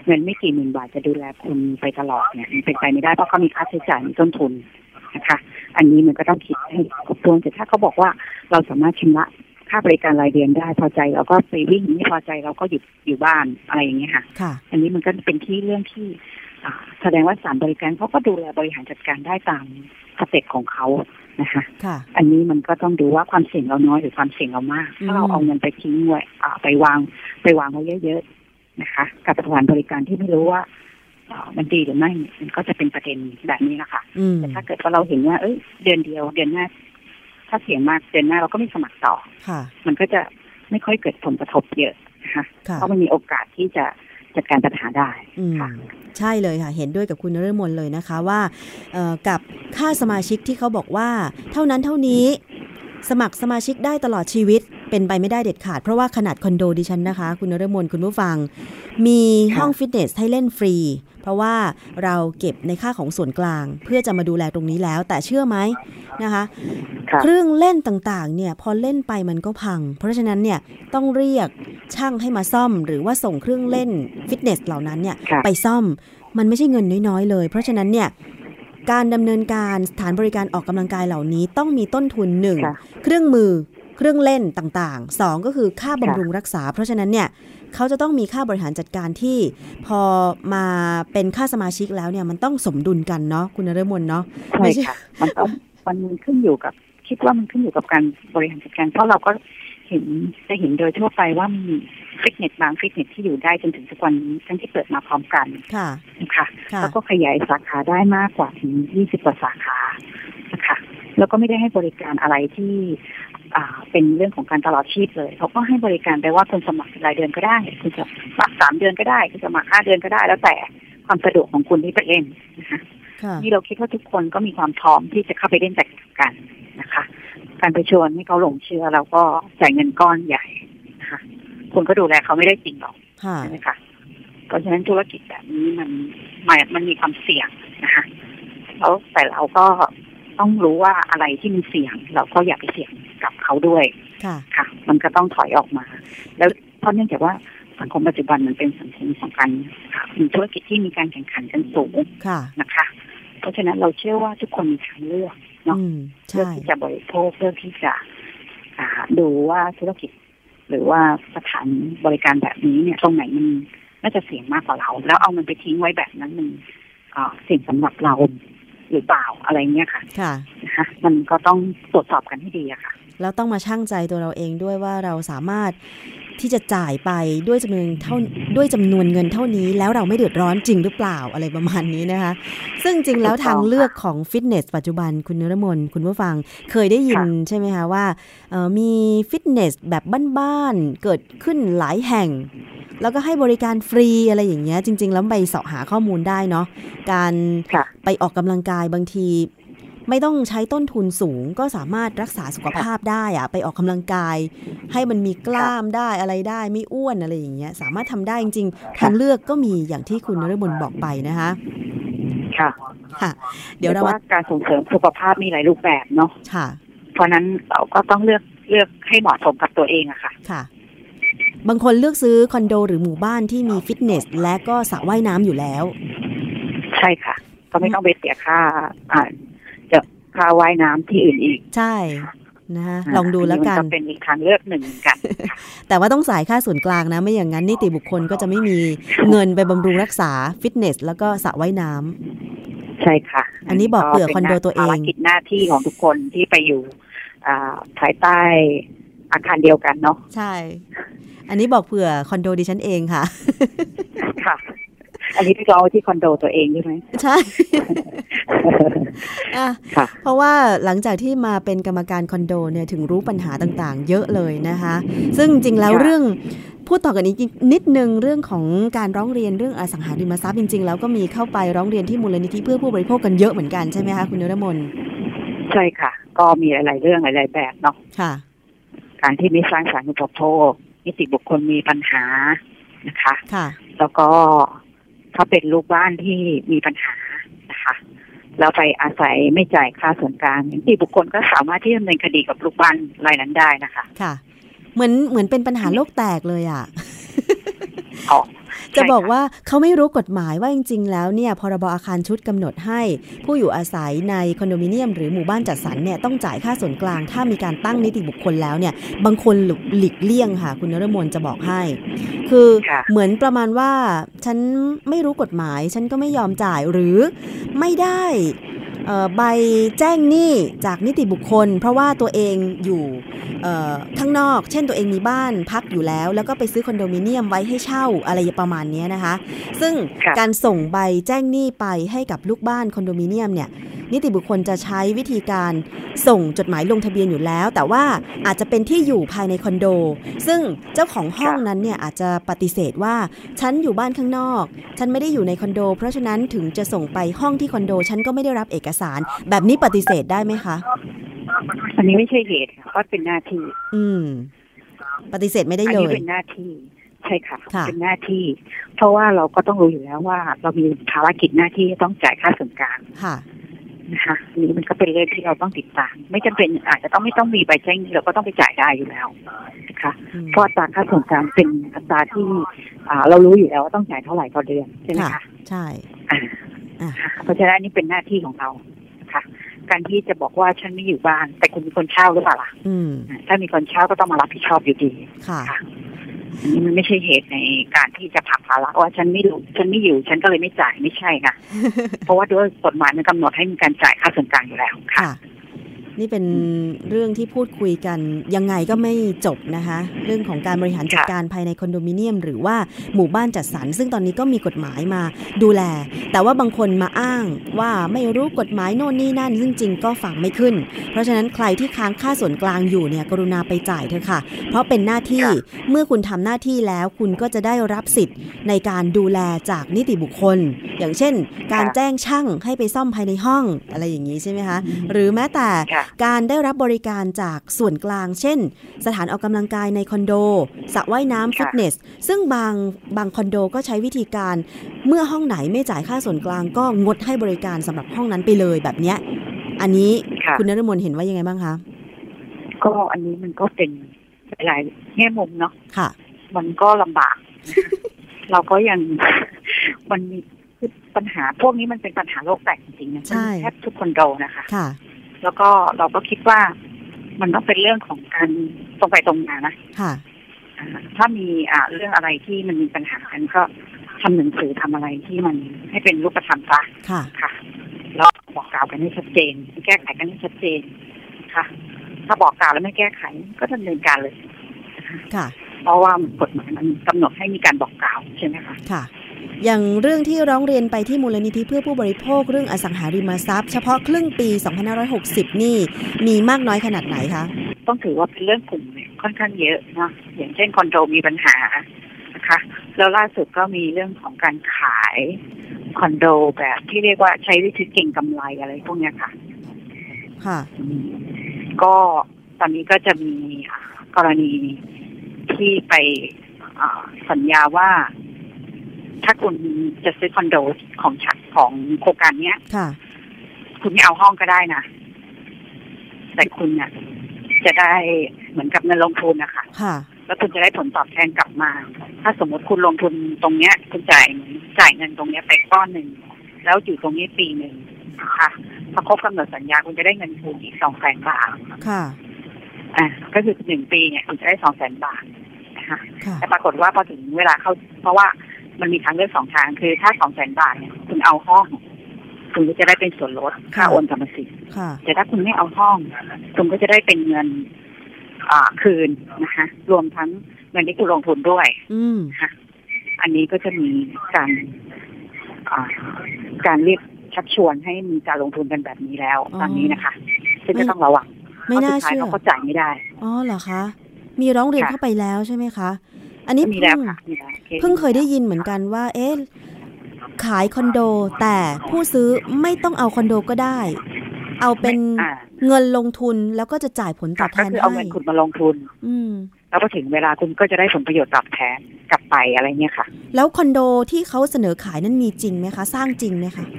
เงินไม่กี่หมื่นบาทจะดูแลคุณไปตลอดเนี่ยมันเป็นไปไม่ได้เพราะเขามีค่าใช้จ่ายมีต้นทุนนะคะอันนี้มันก็ต้องคิดให้ครบถ้วนแต่ถ้าเขาบอกว่าเราสามารถชำระค่าบริการรายเดือนได้พอใจเราก็ไปวิ่งไม่พอใจเราก็หยุดอยู่บ้านอะไรอย่างเงี้ยค่ะอันนี้มันก็เป็นที่เรื่องที่แสดงว่าสถานบริการเขาก็ดูแลบริหารจัดการได้ตามสเต็ปของเขานะคะอันนี้มันก็ต้องดูว่าความเสี่ยงเราน้อยหรือความเสี่ยงเรามากถ้าเราเอาเงินไปทิ้งไว้ไปวางไปวางไว้เยอะๆนะคะกับสถานบริการที่ไม่รู้ว่ามันดีหรือไม่มันก็จะเป็นประเด็นแบบนี้นะคะแต่ถ้าเกิดว่าเราเห็นว่าเอ้ยเดือนเดียวเดือนหน้าถ้าเสี่ยงมากเดือนหน้าเราก็ไม่สมัครต่อมันก็จะไม่ค่อยเกิดผลกระทบเยอะนะคะเพราะมันมีโอกาสที่จะจัดการปัญหาได้ค่ะใช่เลยค่ะเห็นด้วยกับคุณนฤมลเลยนะคะว่ากับค่าสมาชิกที่เขาบอกว่าเท่านั้นเท่านี้สมัครสมาชิกได้ตลอดชีวิตเป็นไปไม่ได้เด็ดขาดเพราะว่าขนาดคอนโดดิฉันนะคะคุณนฤมลคุณผู้ฟังมีห้องฟิตเนสให้เล่นฟรีเพราะว่าเราเก็บในค่าของส่วนกลางเพื่อจะมาดูแลตรงนี้แล้วแต่เชื่อไหมนะคะเครื่องเล่นต่างๆเนี่ยพอเล่นไปมันก็พังเพราะฉะนั้นเนี่ยต้องเรียกช่างให้มาซ่อมหรือว่าส่งเครื่องเล่นฟิตเนสเหล่านั้นเนี่ยไปซ่อมมันไม่ใช่เงินน้อยๆเลยเพราะฉะนั้นเนี่ยการดำเนินการสถานบริการออกกำลังกายเหล่านี้ต้องมีต้นทุนหนึ่งเครื่องมือเครื่องเล่นต่างๆสองก็คือค่าบำรุงรักษาเพราะฉะนั้นเนี่ยเขาจะต้องมีค่าบริหารจัดการที่พอมาเป็นค่าสมาชิกแล้วเนี่ยมันต้องสมดุลกันเนาะคุณนฤมลเนาะใช่ค่ะมันต้องมันขึ้นอยู่กับคิดว่ามันขึ้นอยู่กับการบริหารจัดการเพราะเราก็เห็นจะเห็นโดยทั่วไปว่ามีฟิตเนสบางฟิตเนสที่อยู่ได้จนถึงทุกวันนี้ทั้งที่เปิดมาพร้อมกันค่ะนะคะแล้วก็ขยายสาขาได้มากกว่าถึงยี่สิบกว่าสาขานะคะแล้วก็ไม่ได้ให้บริการอะไรที่อ่าเป็นเรื่องของการตลอดชีพเลยเขาก็ให้บริการไปว่าคุณสมัครรายเดือนก็ได้คุณจะสมัครสามเดือนก็ได้คุณสมัครห้าเดือนก็ได้แล้วแต่ความสะดวกของคุณที่ไปเล่นนะคะนี่เราคิดว่าทุกคนก็มีความพร้อมที่จะเข้าไปเล่นแตกต่างกันนะคะการไปชวนให้เขาหลงเชื่อแล้วก็จ่ายเงินก้อนใหญ่นะคะคุณก็ดูแลเขาไม่ได้จริงหรอกใช่ไหมคะเพราะฉะนั้นธุรกิจแบบนี้มันมันมีความเสี่ยงนะคะแล้วแต่เราก็ต้องรู้ว่าอะไรที่มันเสี่ยงเราก็อย่าไปเสี่ยงกับเขาด้วยค่ะมันก็ต้องถอยออกมาแล้วเพราะเนื่องจากว่าสังคมปัจจุบันมันเป็นสังคมสังกันมีธุรกิจที่มีการแข่งขันกันสูงนะคะเพราะฉะนั้นเราเชื่อว่าทุกคนมีทางเลือกเนาะเพื่อที่จะบริโภคเพื่อที่จะดูว่าธุรกิจหรือว่าสถานบริการแบบนี้เนี่ยตรงไหนมันน่าจะเสี่ยงมากกว่าเราแล้วเอามันไปทิ้งไว้แบบนั้นมันเสี่ยงสำหรับเราหรือเปล่าอะไรเงี้ยค่ะค่ะนะคะมันก็ต้องตรวจสอบกันให้ดีอะค่ะแล้วต้องมาชั่งใจตัวเราเองด้วยว่าเราสามารถที่จะจ่ายไปด้วยจำนวนเท่าด้วยจำนวนเงินเท่านี้แล้วเราไม่เดือดร้อนจริงหรือเปล่าอะไรประมาณนี้นะคะซึ่งจริงแล้วทางเลือกของฟิตเนสปัจจุบันคุณนฤมลคุณผู้ฟังเคยได้ยินใช่ไหมคะว่ามีฟิตเนสแบบบ้านๆเกิดขึ้นหลายแห่งแล้วก็ให้บริการฟรีอะไรอย่างเงี้ยจริงๆแล้วไปเสาะหาข้อมูลได้เนาะการไปออกกำลังกายบางทีไม่ต้องใช้ต้นทุนสูงก็สามารถรักษาสุขภาพได้อะไปออกกำลังกายให้มันมีกล้ามได้อะไรได้ไม่อ้วนอะไรอย่างเงี้ยสามารถทำได้จริงๆทางเลือกก็มีอย่างที่คุณนฤมลบอกไปนะคะค่ะค่ะเดี๋ยวเราว่าการส่งเสริมสุขภาพมีหลายรูปแบบเนาะค่ะเพราะนั้นเราก็ต้องเลือกเลือกให้เหมาะสมกับตัวเองอะค่ะค่ะบางคนเลือกซื้อคอนโดหรือหมู่บ้านที่มีฟิตเนสและก็สระว่ายน้ำอยู่แล้วใช่ค่ะก็ไม่ต้องไปเสียค่าอ่าจะค่าว่ายน้ำที่อื่นอีกใช่นะคะลองดูแล้วกันก็เป็นอีกทางเลือกหนึ่งกันแต่ว่าต้องจ่ายค่าส่วนกลางนะไม่อย่างนั้นนิติบุคคลก็จะไม่มีเงินไปบำรุงรักษาฟิตเนสแล้วก็สระว่ายน้ำใช่ค่ะอันนี้บอกเผื่อคอนโดตัวเองภารกิจหน้าที่ของทุกคนที่ไปอยู่ภายใต้อาคารเดียวกันเนาะใช่อันนี้บอกเผื่อคอนโดดิฉันเองค่ะค่ะอันนี้พี่เราที่คอนโดตัวเองใช่ไหมใช่ค่ะเพราะว่าหลังจากที่มาเป็นกรรมการคอนโดเนี่ยถึงรู้ปัญหาต่างๆเยอะเลยนะคะซึ่งจริงแล้วเรื่องพูดต่อกันอีกนิดนึงเรื่องของการร้องเรียนเรื่องอสังหาริมทรัพย์จริงๆแล้วก็มีเข้าไปร้องเรียนที่มูลนิธิเพื่อผู้บริโภคกันเยอะเหมือนกันใช่ไหมคะคุณนฤมลใช่ค่ะก็มีหลายๆเรื่องหลายๆแบบเนาะค่ะการที่ไม่สร้างสรรค์อุปโภคนิติบุคคลมีปัญหานะคะค่ะแล้วก็ถ้าเป็นลูกบ้านที่มีปัญหานะคะแล้วไปอาศัยไม่จ่ายค่าส่วนกลางนิติบุคคลก็สามารถที่จะดำเนินคดีกับลูกบ้านรายนั้นได้นะคะค่ะเหมือนเหมือนเป็นปัญหาโลกแตกเลยอ่ะอ๋อจะบอกว่าเขาไม่รู้กฎหมายว่าจริงๆแล้วเนี่ยพรบอาคารชุดกำหนดให้ผู้อยู่อาศัยในคอนโดมิเนียมหรือหมู่บ้านจัดสรรเนี่ยต้องจ่ายค่าส่วนกลางถ้ามีการตั้งนิติบุคคลแล้วเนี่ยบางคนหลีกเลี่ยงค่ะคุณนฤมลจะบอกให้คือเหมือนประมาณว่าฉันไม่รู้กฎหมายฉันก็ไม่ยอมจ่ายหรือไม่ได้ใบแจ้งหนี้จากนิติบุคคลเพราะว่าตัวเองอยู่ข้างนอกเช่นตัวเองมีบ้านพักอยู่แล้วแล้วก็ไปซื้อคอนโดมิเนียมไว้ให้เช่าอะไรประมาณนี้นะคะซึ่งการส่งใบแจ้งหนี้ไปให้กับลูกบ้านคอนโดมิเนียมเนี่ยนิติบุคคลจะใช้วิธีการส่งจดหมายลงทะเบียนอยู่แล้วแต่ว่าอาจจะเป็นที่อยู่ภายในคอนโดซึ่งเจ้าของห้องนั้นเนี่ยอาจจะปฏิเสธว่าฉันอยู่บ้านข้างนอกฉันไม่ได้อยู่ในคอนโดเพราะฉะนั้นถึงจะส่งไปห้องที่คอนโดฉันก็ไม่ได้รับเอกสารแบบนี้ปฏิเสธได้ไหมคะอันนี้ไม่ใช่เหตุค่ะเพราะเป็นหน้าที่อืมปฏิเสธไม่ได้เลยอันนี้เป็นหน้าที่ใช่ค่ะเป็นหน้าที่เพราะว่าเราก็ต้องรู้อยู่แล้วว่าเรามีภารกิจหน้าที่ต้องจ่ายค่าส่วนกลางค่ะนะคะนี่มันก็เป็นเรื่องที่เราต้องติดตามไม่จำเป็นอาจจะต้องไม่ต้องมีใบแจ้งเราก็ต้องไปจ่ายได้อยู่แล้วนะคะเพราะอัตราค่าส่วนกลางเป็นอัตราที่เรารู้อยู่แล้วว่าต้องจ่ายเท่าไหร่ต่อเดือนใช่ไหมคะใช่เพราะฉะนั้นนี่เป็นหน้าที่ของเราค่ะการที่จะบอกว่าฉันไม่อยู่บ้านแต่คุณมีคนเช่าหรือเปล่าล่ะถ้ามีคนเช่าก็ต้องมารับผิดชอบอยู่ดีค่ะอันนี้มันไม่ใช่เหตุในการที่จะผลักภาระว่าฉันไม่รู้ฉันไม่อยู่ฉันก็เลยไม่จ่ายไม่ใช่ค่ะ เพราะว่าด้วยกฎหมายมันกำหนดให้มีการจ่ายค่าส่วนกลางอยู่แล้วค่ะนี่เป็นเรื่องที่พูดคุยกันยังไงก็ไม่จบนะคะเรื่องของการบริหารจัดการภายในคอนโดมิเนียมหรือว่าหมู่บ้านจัดสรรซึ่งตอนนี้ก็มีกฎหมายมาดูแลแต่ว่าบางคนมาอ้างว่าไม่รู้กฎหมายโน่นนี่นั่นซึ่งจริงก็ฟังไม่ขึ้นเพราะฉะนั้นใครที่ค้างค่าส่วนกลางอยู่เนี่ยกรุณาไปจ่ายเถอะค่ะเพราะเป็นหน้าที่เมื่อคุณทำหน้าที่แล้วคุณก็จะได้รับสิทธิ์ในการดูแลจากนิติบุคคลอย่างเช่นการแจ้งช่างให้ไปซ่อมภายในห้องอะไรอย่างนี้ใช่ไหมคะหรือแม้แต่การได้รับบริการจากส่วนกลางเช่นสถานออกกำลังกายในคอนโดสระว่ายน้ำฟิตเนสซึ่งบางบางคอนโดก็ใช้วิธีการเมื่อห้องไหนไม่จ่ายค่าส่วนกลางก็งดให้บริการสำหรับห้องนั้นไปเลยแบบเนี้ยอันนี้คุณนฤมลเห็นว่ายังไงบ้างคะก็อันนี้มันก็เป็นหลายแง่มุมเนาะค่ะมันก็ลำบาก เราก็ยังมันมีปัญหาพวกนี้มันเป็นปัญหาโลกแตกจริงๆนะแทบทุกคอนโดนะคะค่ะแล้วก็เราก็คิดว่ามันต้องเป็นเรื่องของการตรงไปตรงมานะค่ะถ้ามีอ่าเรื่องอะไรที่มันมีปัญหากันก็ทำหนังสือทำอะไรที่มันให้เป็นรูปธรรมซะค่ะค่ะแล้วบอกกล่าวกันให้ชัดเจนแก้ไขกันให้ชัดเจนค่ะถ้าบอกกล่าวแล้วไม่แก้ไขก็ดำเนินการเลยค่ะเพราะว่ากฎหมายมันกำหนดให้มีการบอกกล่าวใช่ไหมคะค่ะอย่างเรื่องที่ร้องเรียนไปที่มูลนิธิเพื่อผู้บริโภคเรื่องอสังหาริมทรัพย์เฉพาะครึ่งปีสองพันห้าร้อยหกสิบนี่มีมากน้อยขนาดไหนคะต้องถือว่าเป็นเรื่องกลุ่มค่อนข้างเยอะนะอย่างเช่นคอนโดมีปัญหานะคะแล้วล่าสุดก็มีเรื่องของการขายคอนโดแบบที่เรียกว่าใช้วิธีเก่งกำไรอะไรพวกนี้ค่ะค่ะก็ตอนนี้ก็จะมีกรณีที่ไปสัญญาว่าถ้าคุณจะซื้อคอนโดของฉันของโครงการเนี้ยคุณไม่เอาห้องก็ได้นะแต่คุณเนี่ยจะได้เหมือนกับเงินลงทุนนะคะแล้วคุณจะได้ผลตอบแทนกลับมาถ้าสมมติคุณลงทุนตรงเนี้ยคุณจ่ายจ่ายเงินตรงเนี้ยไปก้อนหนึ่งแล้วอยู่ตรงนี้ปีหนึ่งนะคะพอครบกำหนดสัญญาคุณจะได้เงินทุนอีกสองแสนบาทค่ะอ่าก็คือหนึ่งปีเนี่ยคุณจะได้สองแสนบาทนะคะแต่ปรากฏว่าพอถึงเวลาเขาเพราะว่ามันมีทางเลือกสองทางคือถ้าสองแสนบาทเนี่ยคุณเอาห้องคุณก็จะได้เป็นส่วนลดค่าโอนกรรมสิทธิ์แต่ถ้าคุณไม่เอาห้องคุณก็จะได้เป็นเงินอ่าคืนนะคะรวมทั้งเงินที่คุณลงทุนด้วยค่ะอันนี้ก็จะมีการอ่าการเรียกชักชวนให้มีการลงทุนกันแบบนี้แล้วตอนนี้นะคะซึ่งก็ต้องระวังไม่น่าเชื่อเขาจ่ายไม่ได้อ๋อเหรอคะมีร้องเรียนเข้าไปแล้วใช่ไหมคะอันนี้เพิ่งเพิ่งเคยได้ยินเหมือนกันว่าเอ๊ะขายคอนโดแต่ผู้ซื้อไม่ต้องเอาคอนโดก็ได้เอาเป็นเงินลงทุนแล้วก็จะจ่ายผลตอบแทนให้ก็คือเอาเงินคุณมาลงทุนแล้วพอถึงเวลาคุณก็จะได้ผลประโยชน์ตอบแทนกลับไปอะไรเงี้ยค่ะแล้วคอนโดที่เขาเสนอขายนั้นมีจริงไหมคะสร้างจริงไหมคะ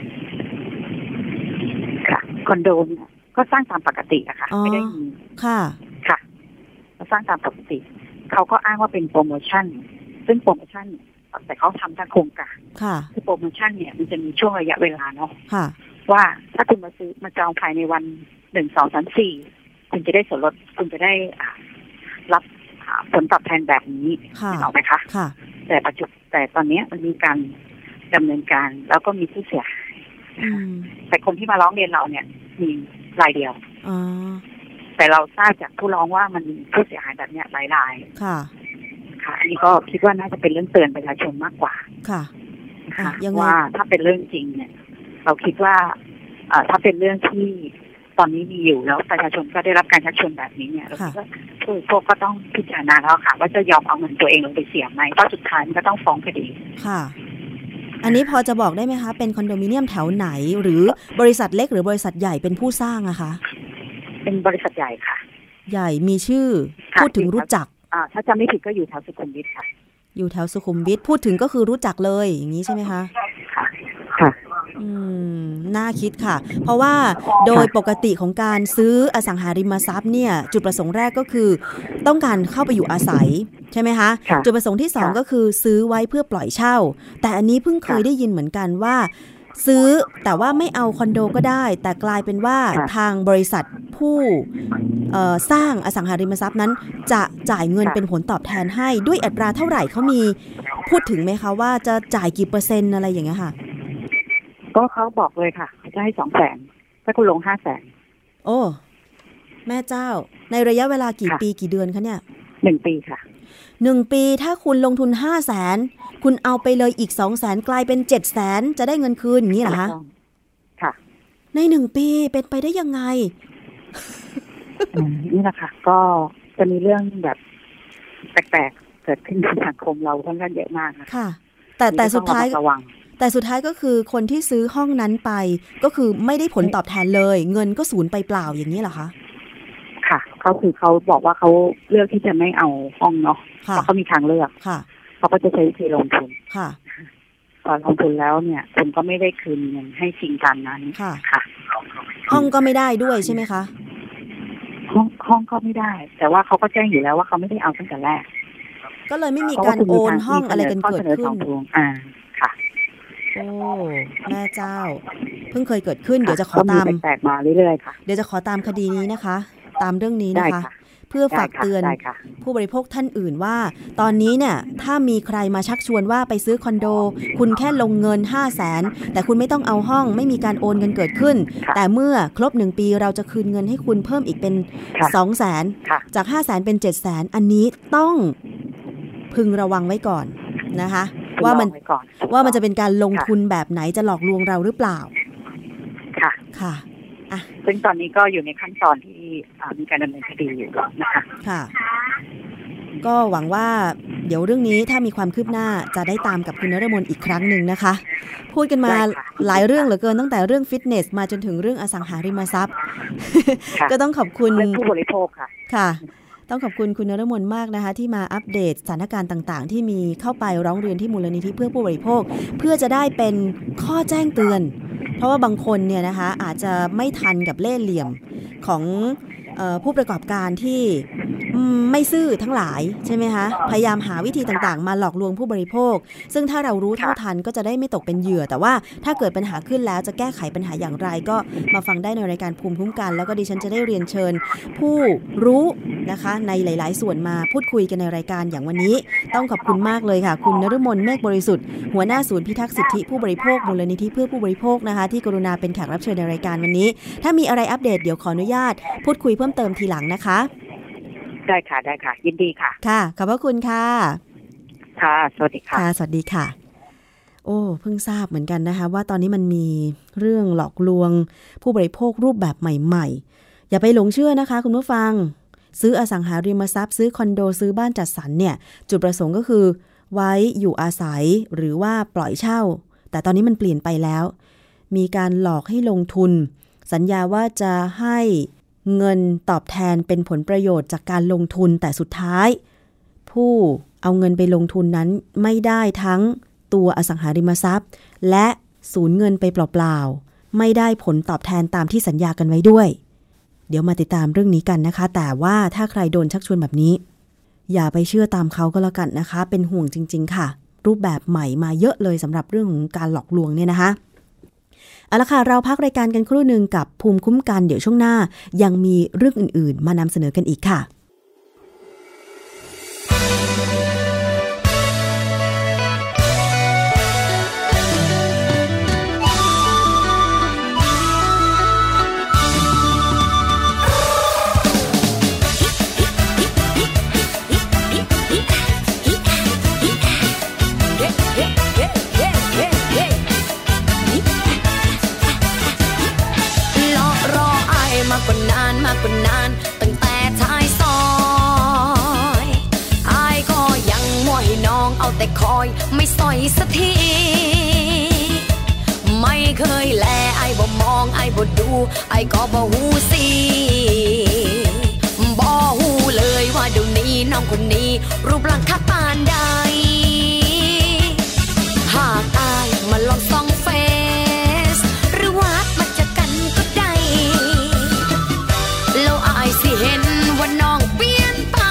ค่ะคอนโดก็สร้างตามปกติอะค่ะไม่ได้มีค่ะค่ะสร้างตามปกติเขาก็อ้างว่าเป็นโปรโมชั่นซึ่งโปรโมชั่นแต่เขาทำทั้งโครงการค่ะคือโปรโมชั่นเนี่ยมันจะมีช่วงระยะเวลาเนาะค่ะว่าถ้าคุณมาซื้อมาจองภายในวันหนึ่งสองสามสี่คุณจะได้ส่วนลดคุณจะได้อ่ารับผลตอบแทนแบบนี้ถูกไหมคะค่ะแต่ปัจจุบันแต่ตอนนี้มันมีการดำเนินการแล้วก็มีผู้เสียหายแต่คนที่มาร้องเรียนเราเนี่ยมีรายเดียวแต่เราทราบจากผู้ร้องว่ามันมีผู้เสียหายแบบเนี้ยหลายรายค่ะค่ะอันนี้ก็คิดว่าน่าจะเป็นเรื่องเตือนประชาชนมากกว่าค่ะค่ะว่าถ้าเป็นเรื่องจริงเนี่ยเราคิดว่าถ้าเป็นเรื่องที่ตอนนี้มีอยู่แล้วประชาชนก็ได้รับการชักชวนแบบนี้เนี่ยเราคิดว่าผู้พวกก็ต้องพิจารณาแล้วค่ะว่าจะยอมเอาเงินตัวเองลงไปเสี่ยงไหมเพราะสุดท้ายมันก็ต้องฟ้องคดีค่ะอันนี้พอจะบอกได้ไหมคะเป็นคอนโดมิเนียมแถวไหนหรือบริษัทเล็กหรือบริษัทใหญ่เป็นผู้สร้างอะคะเป็นบริษัทใหญ่ค่ะใหญ่มีชื่อพูดถึงรู้จักอ่าถ้าจำไม่ผิดก็อยู่แถวสุขุมวิทค่ะอยู่แถวสุขุมวิทพูดถึงก็คือรู้จักเลยอย่างนี้ใช่ไหมคะค่ะค่ะอืมน่าคิดค่ะเพราะว่าโดยปกติของการซื้ออสังหาริมทรัพย์เนี่ยจุดประสงค์แรกก็คือต้องการเข้าไปอยู่อาศัยใช่ไหมคะจุดประสงค์ที่สองก็คือซื้อไว้เพื่อปล่อยเช่าแต่อันนี้เพิ่งเคยได้ยินเหมือนกันว่าซื้อแต่ว่าไม่เอาคอนโดก็ได้แต่กลายเป็นว่าทางบริษัทผู้สร้างอสังหาริมทรัพย์นั้นจะจ่ายเงินเป็นผลตอบแทนให้ด้วยอัตราเท่าไหร่เขามีพูดถึงไหมคะว่าจะจ่ายกี่เปอร์เซ็นต์อะไรอย่างเงี้ยค่ะก็เขาบอกเลยค่ะจะให้สองแสนถ้าคุณลงห้าแสนโอ้แม่เจ้าในระยะเวลากี่ปีกี่เดือนคะเนี่ยหนึ่งปีค่ะหนึ่งปีถ้าคุณลงทุนห้าแสนคุณเอาไปเลยอีกสองแสนกลายเป็นเจ็ดแสนจะได้เงินคืนอย่างนี้เหรอคะค่ะในหนึ่งปีเป็นไปได้ยังไงนี่แหละค่ะก็จะมีเรื่องแบบแปลกๆเกิดขึ้นในสังคมเราค่อนข้างเยอะมากค่ะแต่แต่สุดท้ายแต่สุดท้ายก็คือคนที่ซื้อห้องนั้นไปก็คือไม่ได้ผลตอบแทนเลยเงินก็สูญไปเปล่าอย่างนี้เหรอคะค่ะเขาคือเขาบอกว่าเขาเลือกที่จะไม่เอาห้องเนาะเพราะเขามีทางเลือกค่ะเขาก็จะใช้วิธีลงทุนค่ะพอลงทุนแล้วเนี่ยคุณก็ไม่ได้คืนเงินให้จริงตามนั้นค่ะค่ะห้องก็ไม่ได้ด้วยใช่ไหมคะห้องห้องก็ไม่ได้แต่ว่าเขาก็แจ้งอยู่แล้วว่าเขาไม่ได้เอาตั้งแต่แรกก็เลยไม่มีการโอนห้องอะไรกันเกิดขึ้นอ่าค่ะโอ้แม่เจ้าเพิ่งเคยเกิดขึ้นเดี๋ยวจะขอตามแตกมาเรื่อยๆค่ะเดี๋ยวจะขอตามคดีนี้นะคะตามเรื่องนี้นะคะเพื่อฝากเตือนผู้บริโภคท่านอื่นว่าตอนนี้เนี่ยถ้ามีใครมาชักชวนว่าไปซื้อคอนโดคุณแค่ลงเงิน ห้าแสน แต่คุณไม่ต้องเอาห้องไม่มีการโอนเงินเกิดขึ้นแต่เมื่อครบหนึ่งปีเราจะคืนเงินให้คุณเพิ่มอีกเป็น สองแสน จาก ห้าแสน เป็น เจ็ดแสน อันนี้ต้องพึงระวังไว้ก่อนนะคะว่ามันว่ามันจะเป็นการลงทุนแบบไหนจะหลอกลวงเราหรือเปล่าค่ะค่ะอ่ะซึ่งตอนนี้ก็อยู่ในขั้นตอนที่มีการดำเนินคดีอยู่นะคะค่ะก็หวังว่าเดี๋ยวเรื่องนี้ถ้ามีความคืบหน้าจะได้ตามกับคุณนฤมลอีกครั้งหนึ่งนะคะพูดกันมาหลายเรื่องเหลือเกินตั้งแต่เรื่องฟิตเนสมาจนถึงเรื่องอสังหาริมทรัพย์ก็ต้องขอบคุณผู้บริโภคค่ะค่ะต้องขอบคุณคุณนฤมลมากนะคะที่มาอัปเดตสถานการณ์ต่างๆที่มีเข้าไปร้องเรียนที่มูลนิธิเพื่อผู้บริโภคเพื่อจะได้เป็นข้อแจ้งเตือนเพราะว่าบางคนเนี่ยนะคะอาจจะไม่ทันกับเล่ห์เหลี่ยมของเอ่อผู้ประกอบการที่ไม่ซื่อทั้งหลายใช่ไหมคะพยายามหาวิธีต่างๆมาหลอกลวงผู้บริโภคซึ่งถ้าเรารู้เท่าทันก็จะได้ไม่ตกเป็นเหยื่อแต่ว่าถ้าเกิดปัญหาขึ้นแล้วจะแก้ไขปัญหาอย่างไรก็มาฟังได้ในรายการภูมิคุ้มกันแล้วก็ดิฉันจะได้เรียนเชิญผู้รู้นะคะในหลายๆส่วนมาพูดคุยกันในรายการอย่างวันนี้ต้องขอบคุณมากเลยค่ะคุณนฤมลเมฆบริสุทธิ์หัวหน้าศูนย์พิทักษ์สิทธิผู้บริโภคมูลนิธิเพื่อผู้บริโภคนะคะที่กรุณาเป็นแขกรับเชิญในรายการวันนี้ถ้ามีอะไรอัปเดตเดี๋ยวขออนุญาตพูดคุยเพิ่มเติมทีหลังนะคะได้ค่ะได้ค่ะยินดีค่ะค่ะขอบพระคุณค่ะค่ะสวัสดีค่ะค่ะสวัสดีค่ะโอ้เพิ่งทราบเหมือนกันนะคะว่าตอนนี้มันมีเรื่องหลอกลวงผู้บริโภครูปแบบใหม่ๆอย่าไปหลงเชื่อนะคะคุณผู้ฟังซื้ออสังหาริมทรัพย์ซื้อคอนโดซื้อบ้านจัดสรรเนี่ยจุดประสงค์ก็คือไว้อยู่อาศัยหรือว่าปล่อยเช่าแต่ตอนนี้มันเปลี่ยนไปแล้วมีการหลอกให้ลงทุนสัญญาว่าจะให้เงินตอบแทนเป็นผลประโยชน์จากการลงทุนแต่สุดท้ายผู้เอาเงินไปลงทุนนั้นไม่ได้ทั้งตัวอสังหาริมทรัพย์และสูญเงินไปเปล่าๆไม่ได้ผลตอบแทนตามที่สัญญากันไว้ด้วยเดี๋ยวมาติดตามเรื่องนี้กันนะคะแต่ว่าถ้าใครโดนชักชวนแบบนี้อย่าไปเชื่อตามเขาก็แล้วกันนะคะเป็นห่วงจริงๆค่ะรูปแบบใหม่มาเยอะเลยสำหรับเรื่องของการหลอกลวงเนี่ยนะคะเอาละค่ะเราพักรายการกันครู่หนึ่งกับภูมิคุ้มกันเดี๋ยวช่วงหน้ายังมีเรื่องอื่นๆมานำเสนอกันอีกค่ะมากกว่านานมากกว่านานตั้งแต่ท้ายซอยอายก็ยังมัวให้น้องเอาแต่คอยไม่สอยสักทีไม่เคยแลอายบ่มองอายบ่ดูอายก็บ่หูสิบ่หูเลยว่าเดี๋ยวนี้น้องคนนี้รูปร่างคักปานใดหากอายมาลองส่องเฟซหรือว่ามาเจอกันก็ได้แล้วอายสิเห็นว่าน้องเปลี่ยนไป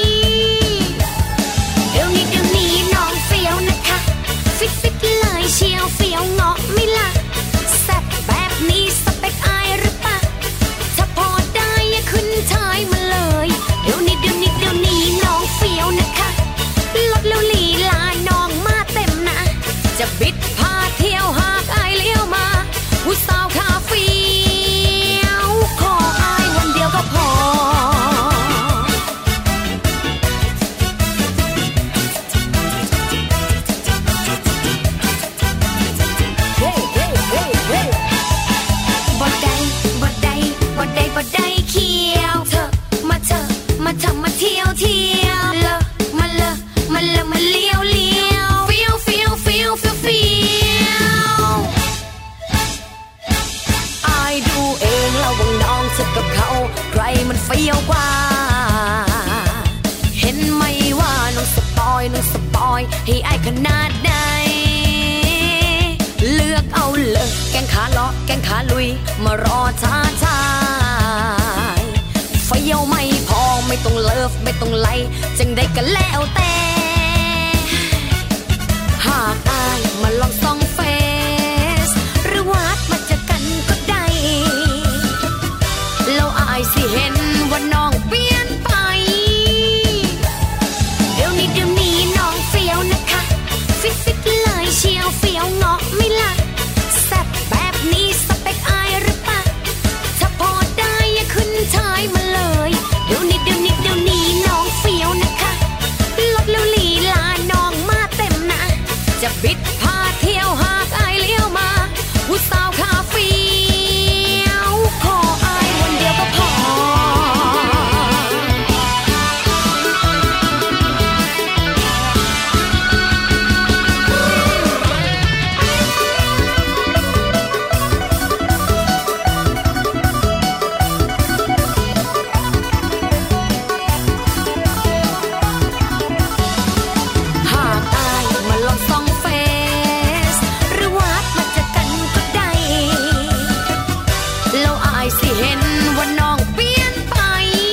เดี๋ยวนี้เดี๋ยวนี้น้องเฟี้ยวนะคะฟิตฟิตเลยเชียวเฟี้ยวเงาะไม่ละแซ่บแบบนี้สเปคอายหรือเปล่าถ้าพอได้อย่าขึ้นท้ายมาเลยเดี๋ยวนี้เดี๋ยวนี้เดี๋ยวนี้น้องเฟี้ยวนะคะลดแล้วลีลาน้องมาเต็มนะจะบิดพาเที่ยวหากอายเลี้ยวมาผู้สาวคาเฟี้ยวขออายวันเดียวก็พอเฮ้เฮ้เฮ้เฮ้บ่ได้บ่ได้บ่ได้บ่ได้เคี้ยวเธอมาเธอมาทำมาเที่ยวเที่ยวเลอะมาเลอะมาเลอะมาเลี้ยวเลี้ยวเฟี้ยวเฟี้ยวเฟี้ยวเฟี้ยวเฟี้ยวอายดูเองแล้วว่าน้องเธอกับเขาใครมันเฟี้ยวกว่าเห็นไหมว่าน้องสปอยน้องสปอยให้อายขนาดไหนเลือกเอาเลยแกงขาเลาะแกงขาลุยมารอท้าทายเฟี้ยวไม่พอไม่ต้องเลิฟไม่ต้องไล่จังได้กันแล้วแต่หากอายมาลองส่องเฟซหรือว่ามาเจอกันก็ได้แล้วอายสิเห็นว่าน้องเปลี่ยนไปเดี๋ยวนี้เดี๋ยวนี้น้องเฟี้ยวนะคะฟิตฟิตเลยเชียวเฟี้ยวเงาะไม่ละแซ่บแบบนี้สเปคอายหรือเปล่าถ้าพอได้อย่าขึ้นท้ายมาเลยเดี๋ยวนี้เดี๋ยวนี้เดี๋ยวนี้น้องเฟี้ยวนะคะลดแล้วลีลาน้องมาเต็มนะจะบิดพาเที่ยวหากอายเลี้ยวมาผู้สาวคาเฟี้ยวขออายวันเดียวก็พอหากอายมาลองส่องเฟซหรือว่ามาเจอกันก็ได้แล้วอายสิเห็นว่าน้องเปลี่ยนไป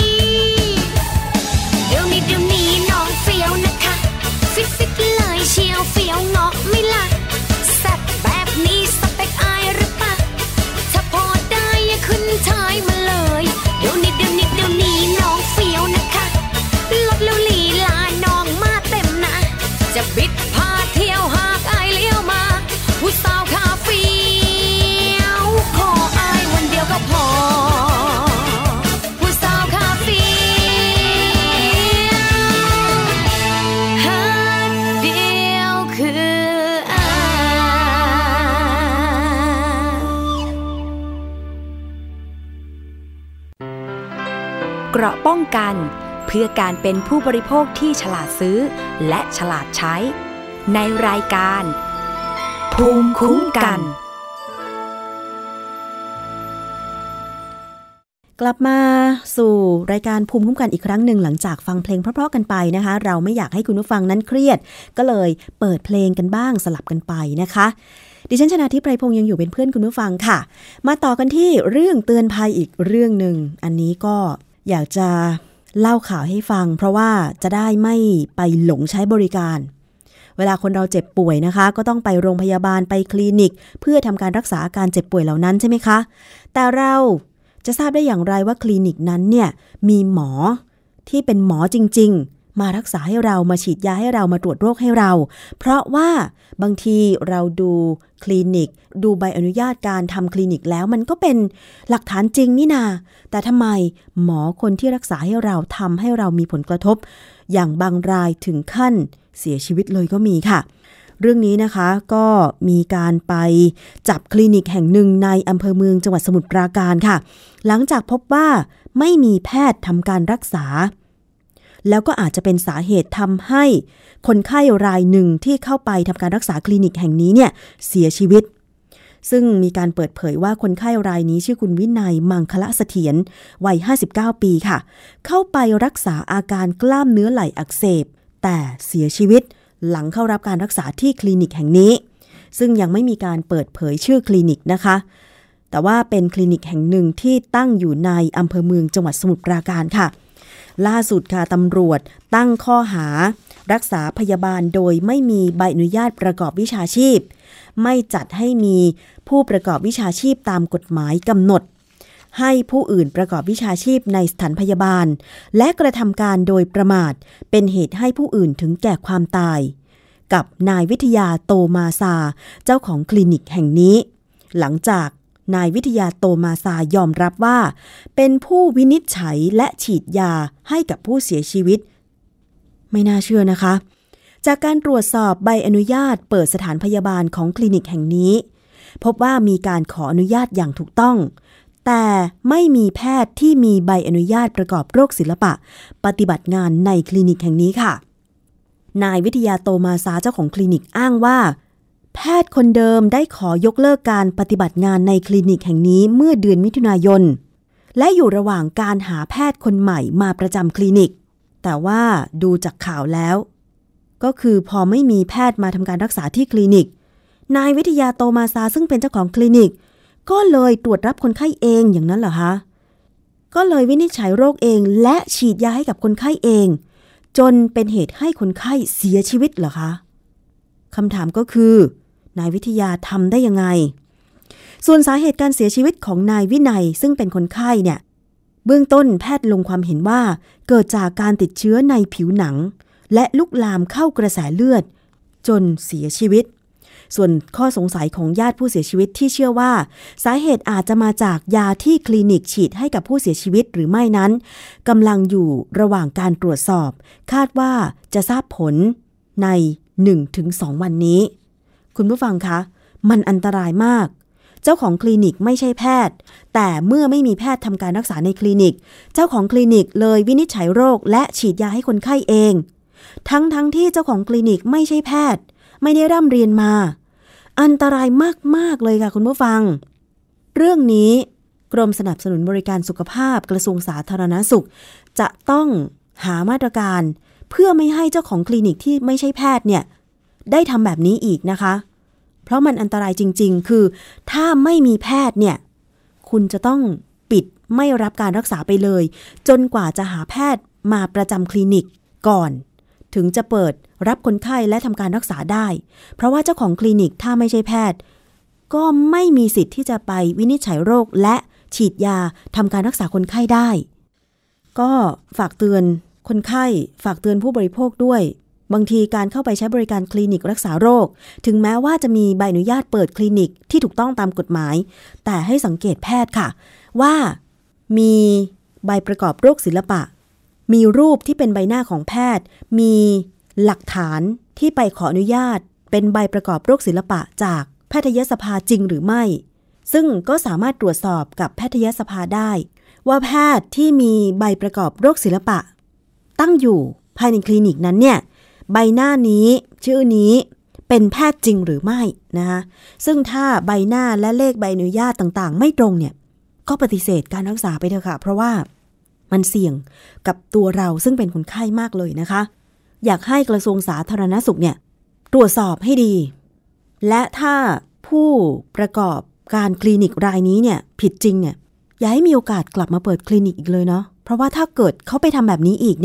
เดี๋ยวนี้เดี๋ยวนี้น้องเฟี้ยวนะคะฟิตฟิตเลยเชียวเฟี้ยวเงาะไม่ละแซ่บแบบนี้สเปคอายหรือเปล่าถ้าพอได้อย่าขึ้นท้ายมาเลยเดี๋ยวนี้เดี๋ยวนี้เดี๋ยวนี้น้องเฟี้ยวนะคะลดแล้วลีลาน้องมาเต็มนะจะบิดพาเที่ยวหากอายเลี้ยวมาผู้สาวคาเฟี้ยวขออายวันเดียวก็พอผู้สาวคาเฟี้ยวฮักเดียวคืออายเกราะป้องกันเพื่อการเป็นผู้บริโภคที่ฉลาดซื้อและฉลาดใช้ในรายการภูมิคุ้มกันกลับมาสู่รายการภูมิคุ้มกันอีกครั้งหนึ่งหลังจากฟังเพลงเพราะๆกันไปนะคะเราไม่อยากให้คุณผู้ฟังนั้นเครียดก็เลยเปิดเพลงกันบ้างสลับกันไปนะคะดิฉันชนาธิปไพรพงษ์ยังอยู่เป็นเพื่อนคุณผู้ฟังค่ะมาต่อกันที่เรื่องเตือนภัยอีกเรื่องหนึ่งอันนี้ก็อยากจะเล่าข่าวให้ฟังเพราะว่าจะได้ไม่ไปหลงใช้บริการเวลาคนเราเจ็บป่วยนะคะก็ต้องไปโรงพยาบาลไปคลินิกเพื่อทำการรักษาอาการเจ็บป่วยเหล่านั้นใช่ไหมคะแต่เราจะทราบได้อย่างไรว่าคลินิกนั้นเนี่ยมีหมอที่เป็นหมอจริงๆมารักษาให้เรามาฉีดยาให้เรามาตรวจโรคให้เราเพราะว่าบางทีเราดูคลินิกดูใบอนุญาตการทำคลินิกแล้วมันก็เป็นหลักฐานจริงนี่นาแต่ทำไมหมอคนที่รักษาให้เราทำให้เรามีผลกระทบอย่างบางรายถึงขั้นเสียชีวิตเลยก็มีค่ะเรื่องนี้นะคะก็มีการไปจับคลินิกแห่งหนึ่งในอำเภอเมืองจังหวัดสมุทรปราการค่ะหลังจากพบว่าไม่มีแพทย์ทำการรักษาแล้วก็อาจจะเป็นสาเหตุทำให้คนไข้รายหนึ่งที่เข้าไปทำการรักษาคลินิกแห่งนี้เนี่ยเสียชีวิตซึ่งมีการเปิดเผยว่าคนไข้รายนี้ชื่อคุณวินัยมังคละเสถียรวัยห้าสิบเก้าปีค่ะเข้าไปรักษาอาการกล้ามเนื้อไหล่อักเสบแต่เสียชีวิตหลังเข้ารับการรักษาที่คลินิกแห่งนี้ซึ่งยังไม่มีการเปิดเผยชื่อคลินิกนะคะแต่ว่าเป็นคลินิกแห่งหนึ่งที่ตั้งอยู่ในอำเภอเมืองจังหวัดสมุทรปราการค่ะล่าสุดค่ะตำรวจตั้งข้อหารักษาพยาบาลโดยไม่มีใบอนุญาตประกอบวิชาชีพไม่จัดให้มีผู้ประกอบวิชาชีพตามกฎหมายกำหนดให้ผู้อื่นประกอบวิชาชีพในสถานพยาบาลและกระทำการโดยประมาทเป็นเหตุให้ผู้อื่นถึงแก่ความตายกับนายวิทยาโตมาซาเจ้าของคลินิกแห่งนี้หลังจากนายวิทยาโตมาซายอมรับว่าเป็นผู้วินิจฉัยและฉีดยาให้กับผู้เสียชีวิตไม่น่าเชื่อนะคะจากการตรวจสอบใบอนุญาตเปิดสถานพยาบาลของคลินิกแห่งนี้พบว่ามีการขออนุญาตอย่างถูกต้องแต่ไม่มีแพทย์ที่มีใบอนุญาตประกอบโรคศิลปะปฏิบัติงานในคลินิกแห่งนี้ค่ะนายวิทยาโตมาซาเจ้าของคลินิกอ้างว่าแพทย์คนเดิมได้ขอยกเลิกการปฏิบัติงานในคลินิกแห่งนี้เมื่อเดือนมิถุนายนและอยู่ระหว่างการหาแพทย์คนใหม่มาประจำคลินิกแต่ว่าดูจากข่าวแล้วก็คือพอไม่มีแพทย์มาทำการรักษาที่คลินิกนายวิทยาโตมาซาซึ่งเป็นเจ้าของคลินิกก็เลยตรวจรับคนไข้เองอย่างนั้นเหรอคะก็เลยวินิจฉัยโรคเองและฉีดยาให้กับคนไข้เองจนเป็นเหตุให้คนไข้เสียชีวิตเหรอคะคำถามก็คือนายวิทยาทำได้ยังไงส่วนสาเหตุการเสียชีวิตของนายวินัยซึ่งเป็นคนไข้เนี่ยเบื้องต้นแพทย์ลงความเห็นว่าเกิดจากการติดเชื้อในผิวหนังและลุกลามเข้ากระแสเลือดจนเสียชีวิตส่วนข้อสงสัยของญาติผู้เสียชีวิตที่เชื่อว่าสาเหตุอาจจะมาจากยาที่คลินิกฉีดให้กับผู้เสียชีวิตหรือไม่นั้นกำลังอยู่ระหว่างการตรวจสอบคาดว่าจะทราบผลใน หนึ่งถึงสอง วันนี้คุณผู้ฟังคะมันอันตรายมากเจ้าของคลินิกไม่ใช่แพทย์แต่เมื่อไม่มีแพทย์ทำการรักษาในคลินิกเจ้าของคลินิกเลยวินิจฉัยโรคและฉีดยาให้คนไข้เองทั้งทั้งที่เจ้าของคลินิกไม่ใช่แพทย์ไม่ได้ร่ำเรียนมาอันตรายมากๆเลยค่ะคุณผู้ฟังเรื่องนี้กรมสนับสนุนบริการสุขภาพกระทรวงสาธารณสุขจะต้องหามาตรการเพื่อไม่ให้เจ้าของคลินิกที่ไม่ใช่แพทย์เนี่ยได้ทำแบบนี้อีกนะคะเพราะมันอันตรายจริงๆคือถ้าไม่มีแพทย์เนี่ยคุณจะต้องปิดไม่รับการรักษาไปเลยจนกว่าจะหาแพทย์มาประจำคลินิกก่อนถึงจะเปิดรับคนไข้และทำการรักษาได้เพราะว่าเจ้าของคลินิกถ้าไม่ใช่แพทย์ก็ไม่มีสิทธิ์ที่จะไปวินิจฉัยโรคและฉีดยาทำการรักษาคนไข้ได้ก็ฝากเตือนคนไข้ฝากเตือนผู้บริโภคด้วยบางทีการเข้าไปใช้บริการคลินิกรักษาโรคถึงแม้ว่าจะมีใบอนุญาตเปิดคลินิกที่ถูกต้องตามกฎหมายแต่ให้สังเกตแพทย์ค่ะว่ามีใบประกอบโรคศิลปะมีรูปที่เป็นใบหน้าของแพทย์มีหลักฐานที่ไปขออนุญาตเป็นใบประกอบโรคศิลปะจากแพทยสภาจริงหรือไม่ซึ่งก็สามารถตรวจสอบกับแพทยสภาได้ว่าแพทย์ที่มีใบประกอบโรคศิลปะตั้งอยู่ภายในคลินิกนั้นเนี่ยใบหน้านี้ชื่อนี้เป็นแพทย์จริงหรือไม่นะคะซึ่งถ้าใบหน้าและเลขใบอนุญาตต่างๆไม่ตรงเนี่ยก็ปฏิเสธการรักษาไปเถอะค่ะเพราะว่ามันเสี่ยงกับตัวเราซึ่งเป็นคนไข้มากเลยนะคะอยากให้กระทรวงสาธารณสุขเนี่ยตรวจสอบให้ดีและถ้าผู้ประกอบการคลินิกรายนี้เนี่ยผิดจริงเนี่ยอย่าให้มีโอกาสกลับมาเปิดคลินิกอีกเลยเนาะเพราะว่าถ้าเกิดเขาไปทำแบบนี้อีกเนี่ย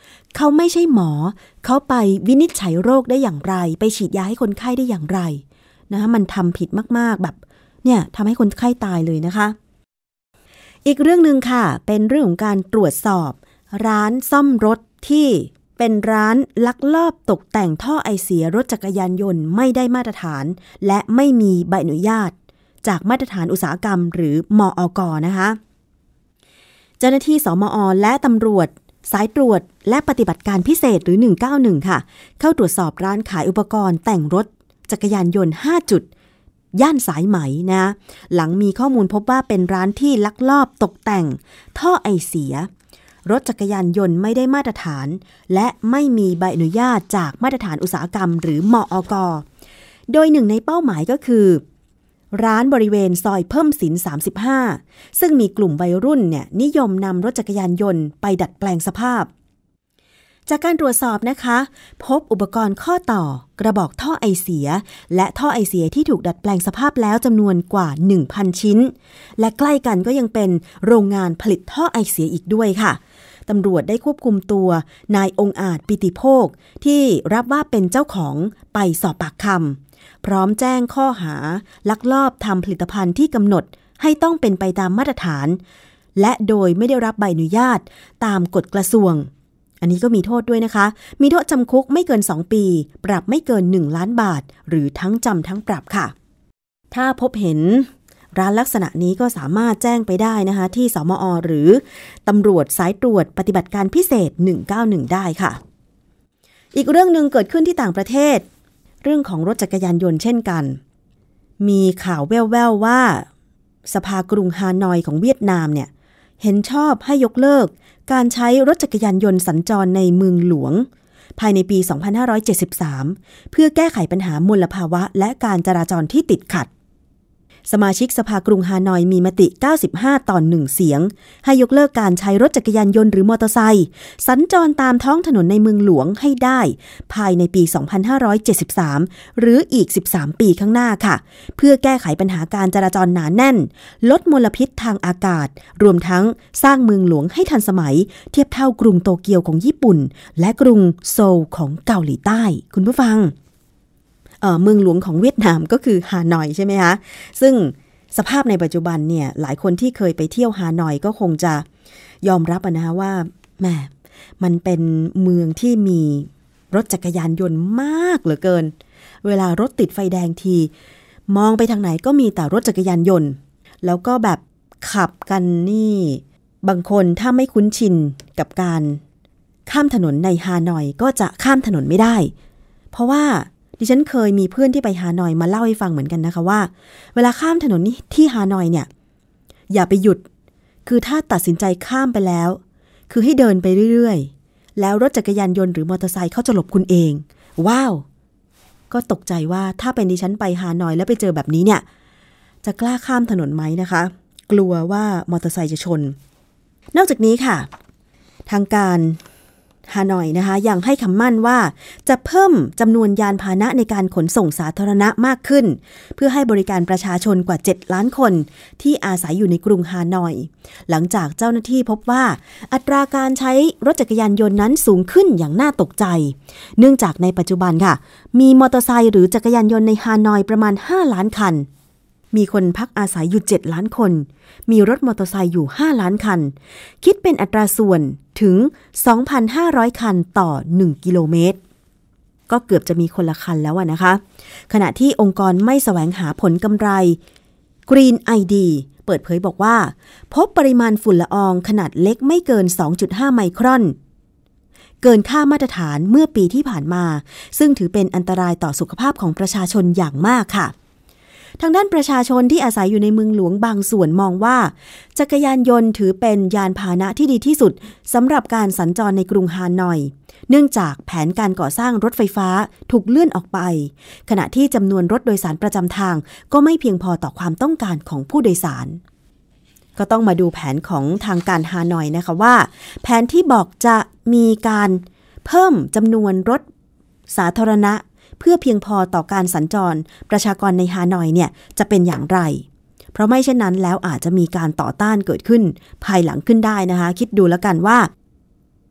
เขาไม่ใช่หมอเขาไปวินิจฉัยโรคได้อย่างไรไปฉีดยาให้คนไข้ได้อย่างไรนะคะมันทำผิดมากๆแบบเนี่ยทำให้คนไข้ตายเลยนะคะอีกเรื่องนึงค่ะเป็นเรื่องของการตรวจสอบร้านซ่อมรถที่เป็นร้านลักลอบตกแต่งท่อไอเสียรถจักรยานยนต์ไม่ได้มาตรฐานและไม่มีใบอนุญาตจากมาตรฐานอุตสาหกรรมหรือมอก.นะคะเจ้าหน้าที่สมอ.และตำรวจสายตรวจและปฏิบัติการพิเศษหรือหนึ่งเก้าหนึ่งค่ะเข้าตรวจสอบร้านขายอุปกรณ์แต่งรถจักรยานยนต์ห้าจุดย่านสายไหมนะหลังมีข้อมูลพบว่าเป็นร้านที่ลักลอบตกแต่งท่อไอเสียรถจักรยานยนต์ไม่ได้มาตรฐานและไม่มีใบอนุญาตจากมาตรฐานอุตสาหกรรมหรือมอก.โดยหนึ่งในเป้าหมายก็คือร้านบริเวณซอยเพิ่มสินสามสิบห้าซึ่งมีกลุ่มวัยรุ่นเนี่ยนิยมนำรถจักรยานยนต์ไปดัดแปลงสภาพจากการตรวจสอบนะคะพบอุปกรณ์ข้อต่อกระบอกท่อไอเสียและท่อไอเสียที่ถูกดัดแปลงสภาพแล้วจำนวนกว่า หนึ่งพัน ชิ้นและใกล้กันก็ยังเป็นโรงงานผลิตท่อไอเสียอีกด้วยค่ะตำรวจได้ควบคุมตัวนายองค์อาจปิติโภคที่รับว่าเป็นเจ้าของไปสอบปากคำพร้อมแจ้งข้อหาลักลอบทำผลิตภัณฑ์ที่กำหนดให้ต้องเป็นไปตามมาตรฐานและโดยไม่ได้รับใบอนุญาตตามกฎกระทรวงอันนี้ก็มีโทษด้วยนะคะมีโทษจำคุกไม่เกินสองปีปรับไม่เกินหนึ่งล้านบาทหรือทั้งจำทั้งปรับค่ะถ้าพบเห็นร้านลักษณะนี้ก็สามารถแจ้งไปได้นะคะที่สมอ.หรือตำรวจสายตรวจปฏิบัติการพิเศษหนึ่งเก้าหนึ่งได้ค่ะอีกเรื่องนึงเกิดขึ้นที่ต่างประเทศเรื่องของรถจักรยานยนต์เช่นกันมีข่าวแว่วๆว่าสภากรุงฮานอยของเวียดนามเนี่ยเห็นชอบให้ยกเลิกการใช้รถจักรยานยนต์สัญจรในเมืองหลวงภายในปีสองพันห้าร้อยเจ็ดสิบสามเพื่อแก้ไขปัญหามลภาวะและการจราจรที่ติดขัดสมาชิกสภากรุงฮานอยมีมติเก้าสิบห้าต่อหนึ่งเสียงให้ยกเลิกการใช้รถจักรยานยนต์หรือมอเตอร์ไซค์สัญจรตามท้องถนนในเมืองหลวงให้ได้ภายในปีสองพันห้าร้อยเจ็ดสิบสามหรืออีกสิบสามปีข้างหน้าค่ะเพื่อแก้ไขปัญหาการจราจรหนาแน่นลดมลพิษทางอากาศรวมทั้งสร้างเมืองหลวงให้ทันสมัยเทียบเท่ากรุงโตเกียวของญี่ปุ่นและกรุงโซลของเกาหลีใต้คุณผู้ฟังเอ่อเมืองหลวงของเวียดนามก็คือฮานอยใช่ไหมคะซึ่งสภาพในปัจจุบันเนี่ยหลายคนที่เคยไปเที่ยวฮานอยก็คงจะยอมรับนะว่าแหมมันเป็นเมืองที่มีรถจักรยานยนต์มากเหลือเกินเวลารถติดไฟแดงทีมองไปทางไหนก็มีแต่รถจักรยานยนต์แล้วก็แบบขับกันนี่บางคนถ้าไม่คุ้นชินกับการข้ามถนนในฮานอยก็จะข้ามถนนไม่ได้เพราะว่าดิฉันเคยมีเพื่อนที่ไปฮานอยมาเล่าให้ฟังเหมือนกันนะคะว่าเวลาข้ามถนนที่ฮานอยเนี่ยอย่าไปหยุดคือถ้าตัดสินใจข้ามไปแล้วคือให้เดินไปเรื่อยๆแล้วรถจักรยานยนต์หรือมอเตอร์ไซค์เขาจะหลบคุณเองว้าวก็ตกใจว่าถ้าเป็นดิฉันไปฮานอยแล้วไปเจอแบบนี้เนี่ยจะกล้าข้ามถนนไหมนะคะกลัวว่ามอเตอร์ไซค์จะชนนอกจากนี้ค่ะทางการฮานอยนะคะยังให้คำมั่นว่าจะเพิ่มจำนวนยานพาหนะในการขนส่งสาธารณะมากขึ้นเพื่อให้บริการประชาชนกว่าเจ็ดล้านคนที่อาศัยอยู่ในกรุงฮานอยหลังจากเจ้าหน้าที่พบว่าอัตราการใช้รถจักรยานยนต์นั้นสูงขึ้นอย่างน่าตกใจเนื่องจากในปัจจุบันค่ะมีมอเตอร์ไซค์หรือจักรยานยนต์ในฮานอยประมาณห้าล้านคันมีคนพักอาศัยอยู่เจ็ดล้านคนมีรถมอเตอร์ไซค์อยู่ห้าล้านคันคิดเป็นอัตราส่วนถึง สองพันห้าร้อย คันต่อหนึ่งกิโลเมตรก็เกือบจะมีคนละคันแล้วนะคะขณะที่องค์กรไม่แสวงหาผลกำไร Green ไอ ดี เปิดเผยบอกว่าพบปริมาณฝุ่นละอองขนาดเล็กไม่เกิน สองจุดห้า ไมครอนเกินค่ามาตรฐานเมื่อปีที่ผ่านมาซึ่งถือเป็นอันตรายต่อสุขภาพของประชาชนอย่างมากค่ะทางด้านประชาชนที่อาศัยอยู่ในเมืองหลวงบางส่วนมองว่าจักรยานยนต์ถือเป็นยานพาหนะที่ดีที่สุดสำหรับการสัญจรในกรุงฮานอยเนื่องจากแผนการก่อสร้างรถไฟฟ้าถูกเลื่อนออกไปขณะที่จำนวนรถโดยสารประจำทางก็ไม่เพียงพอต่อความต้องการของผู้โดยสารก็ต้องมาดูแผนของทางการฮานอยนะคะว่าแผนที่บอกจะมีการเพิ่มจำนวนรถสาธารณะเพื่อเพียงพอต่อการสัญจรประชากรในฮานอยเนี่ยจะเป็นอย่างไรเพราะไม่เช่นนั้นแล้วอาจจะมีการต่อต้านเกิดขึ้นภายหลังขึ้นได้นะคะคิดดูแล้วกันว่า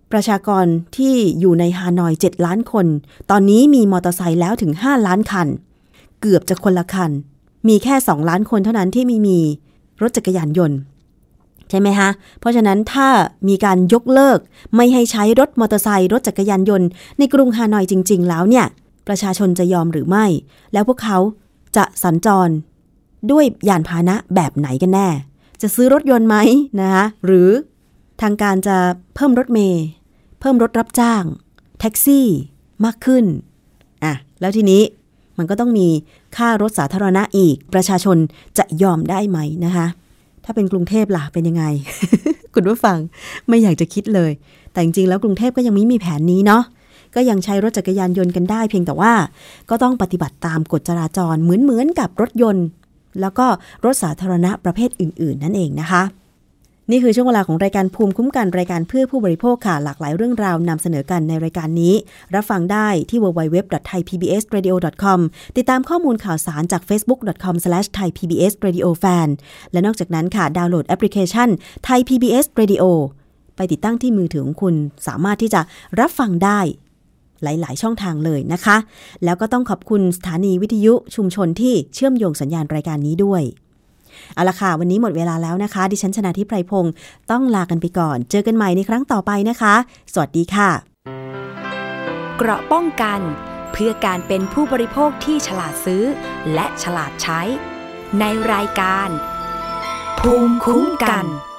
ประชากรที่อยู่ในฮานอยเจ็ดล้านคนตอนนี้มีมอเตอร์ไซค์แล้วถึงห้าล้านคันเกือบจะคนละคันมีแค่สองล้านคนเท่านั้นที่ไม่มีรถจักรยานยนต์ใช่ไหมฮะเพราะฉะนั้นถ้ามีการยกเลิกไม่ให้ใช้รถมอเตอร์ไซค์รถจักรยานยนต์ในกรุงฮานอยจริงๆแล้วเนี่ยประชาชนจะยอมหรือไม่แล้วพวกเขาจะสัญจรด้วยยานพาหนะแบบไหนกันแน่จะซื้อรถยนต์ไหมนะคะหรือทางการจะเพิ่มรถเมล์เพิ่มรถรับจ้างแท็กซี่มากขึ้นอ่ะแล้วทีนี้มันก็ต้องมีค่ารถสาธารณะอีกประชาชนจะยอมได้ไหมนะคะถ้าเป็นกรุงเทพล่ะเป็นยังไง คุณผู้ฟังไม่อยากจะคิดเลยแต่จริงๆแล้วกรุงเทพก็ยังไม่มีแผนนี้เนาะก็ยังใช้รถจักรยานยนต์กันได้เพียงแต่ว่าก็ต้องปฏิบัติตามกฎจราจรเหมือนๆกับรถยนต์แล้วก็รถสาธารณะประเภทอื่นๆนั่นเองนะคะนี่คือช่วงเวลาของรายการภูมิคุ้มกันรายการเพื่อผู้บริโภคค่ะหลากหลายเรื่องราวนำเสนอกันในรายการนี้รับฟังได้ที่ ดับเบิลยู ดับเบิลยู ดับเบิลยู ดอท ไทย พี บี เอส เรดิโอ ดอท คอม ติดตามข้อมูลข่าวสารจาก เฟซบุ๊ก ดอท คอม สแลช ไทย พี บี เอส เรดิโอ แฟน และนอกจากนั้นค่ะดาวน์โหลดแอปพลิเคชัน Thai พี บี เอส Radio ไปติดตั้งที่มือถือของคุณสามารถที่จะรับฟังได้หลายๆช่องทางเลยนะคะแล้วก็ต้องขอบคุณสถานีวิทยุชุมชนที่เชื่อมโยงสัญญาณรายการนี้ด้วยเอาละค่ะวันนี้หมดเวลาแล้วนะคะดิฉันชนาธิป ไพรพงศ์ต้องลากันไปก่อนเจอกันใหม่ในครั้งต่อไปนะคะสวัสดีค่ะเกราะป้องกันเพื่อการเป็นผู้บริโภคที่ฉลาดซื้อและฉลาดใช้ในรายการภูมิคุ้มกัน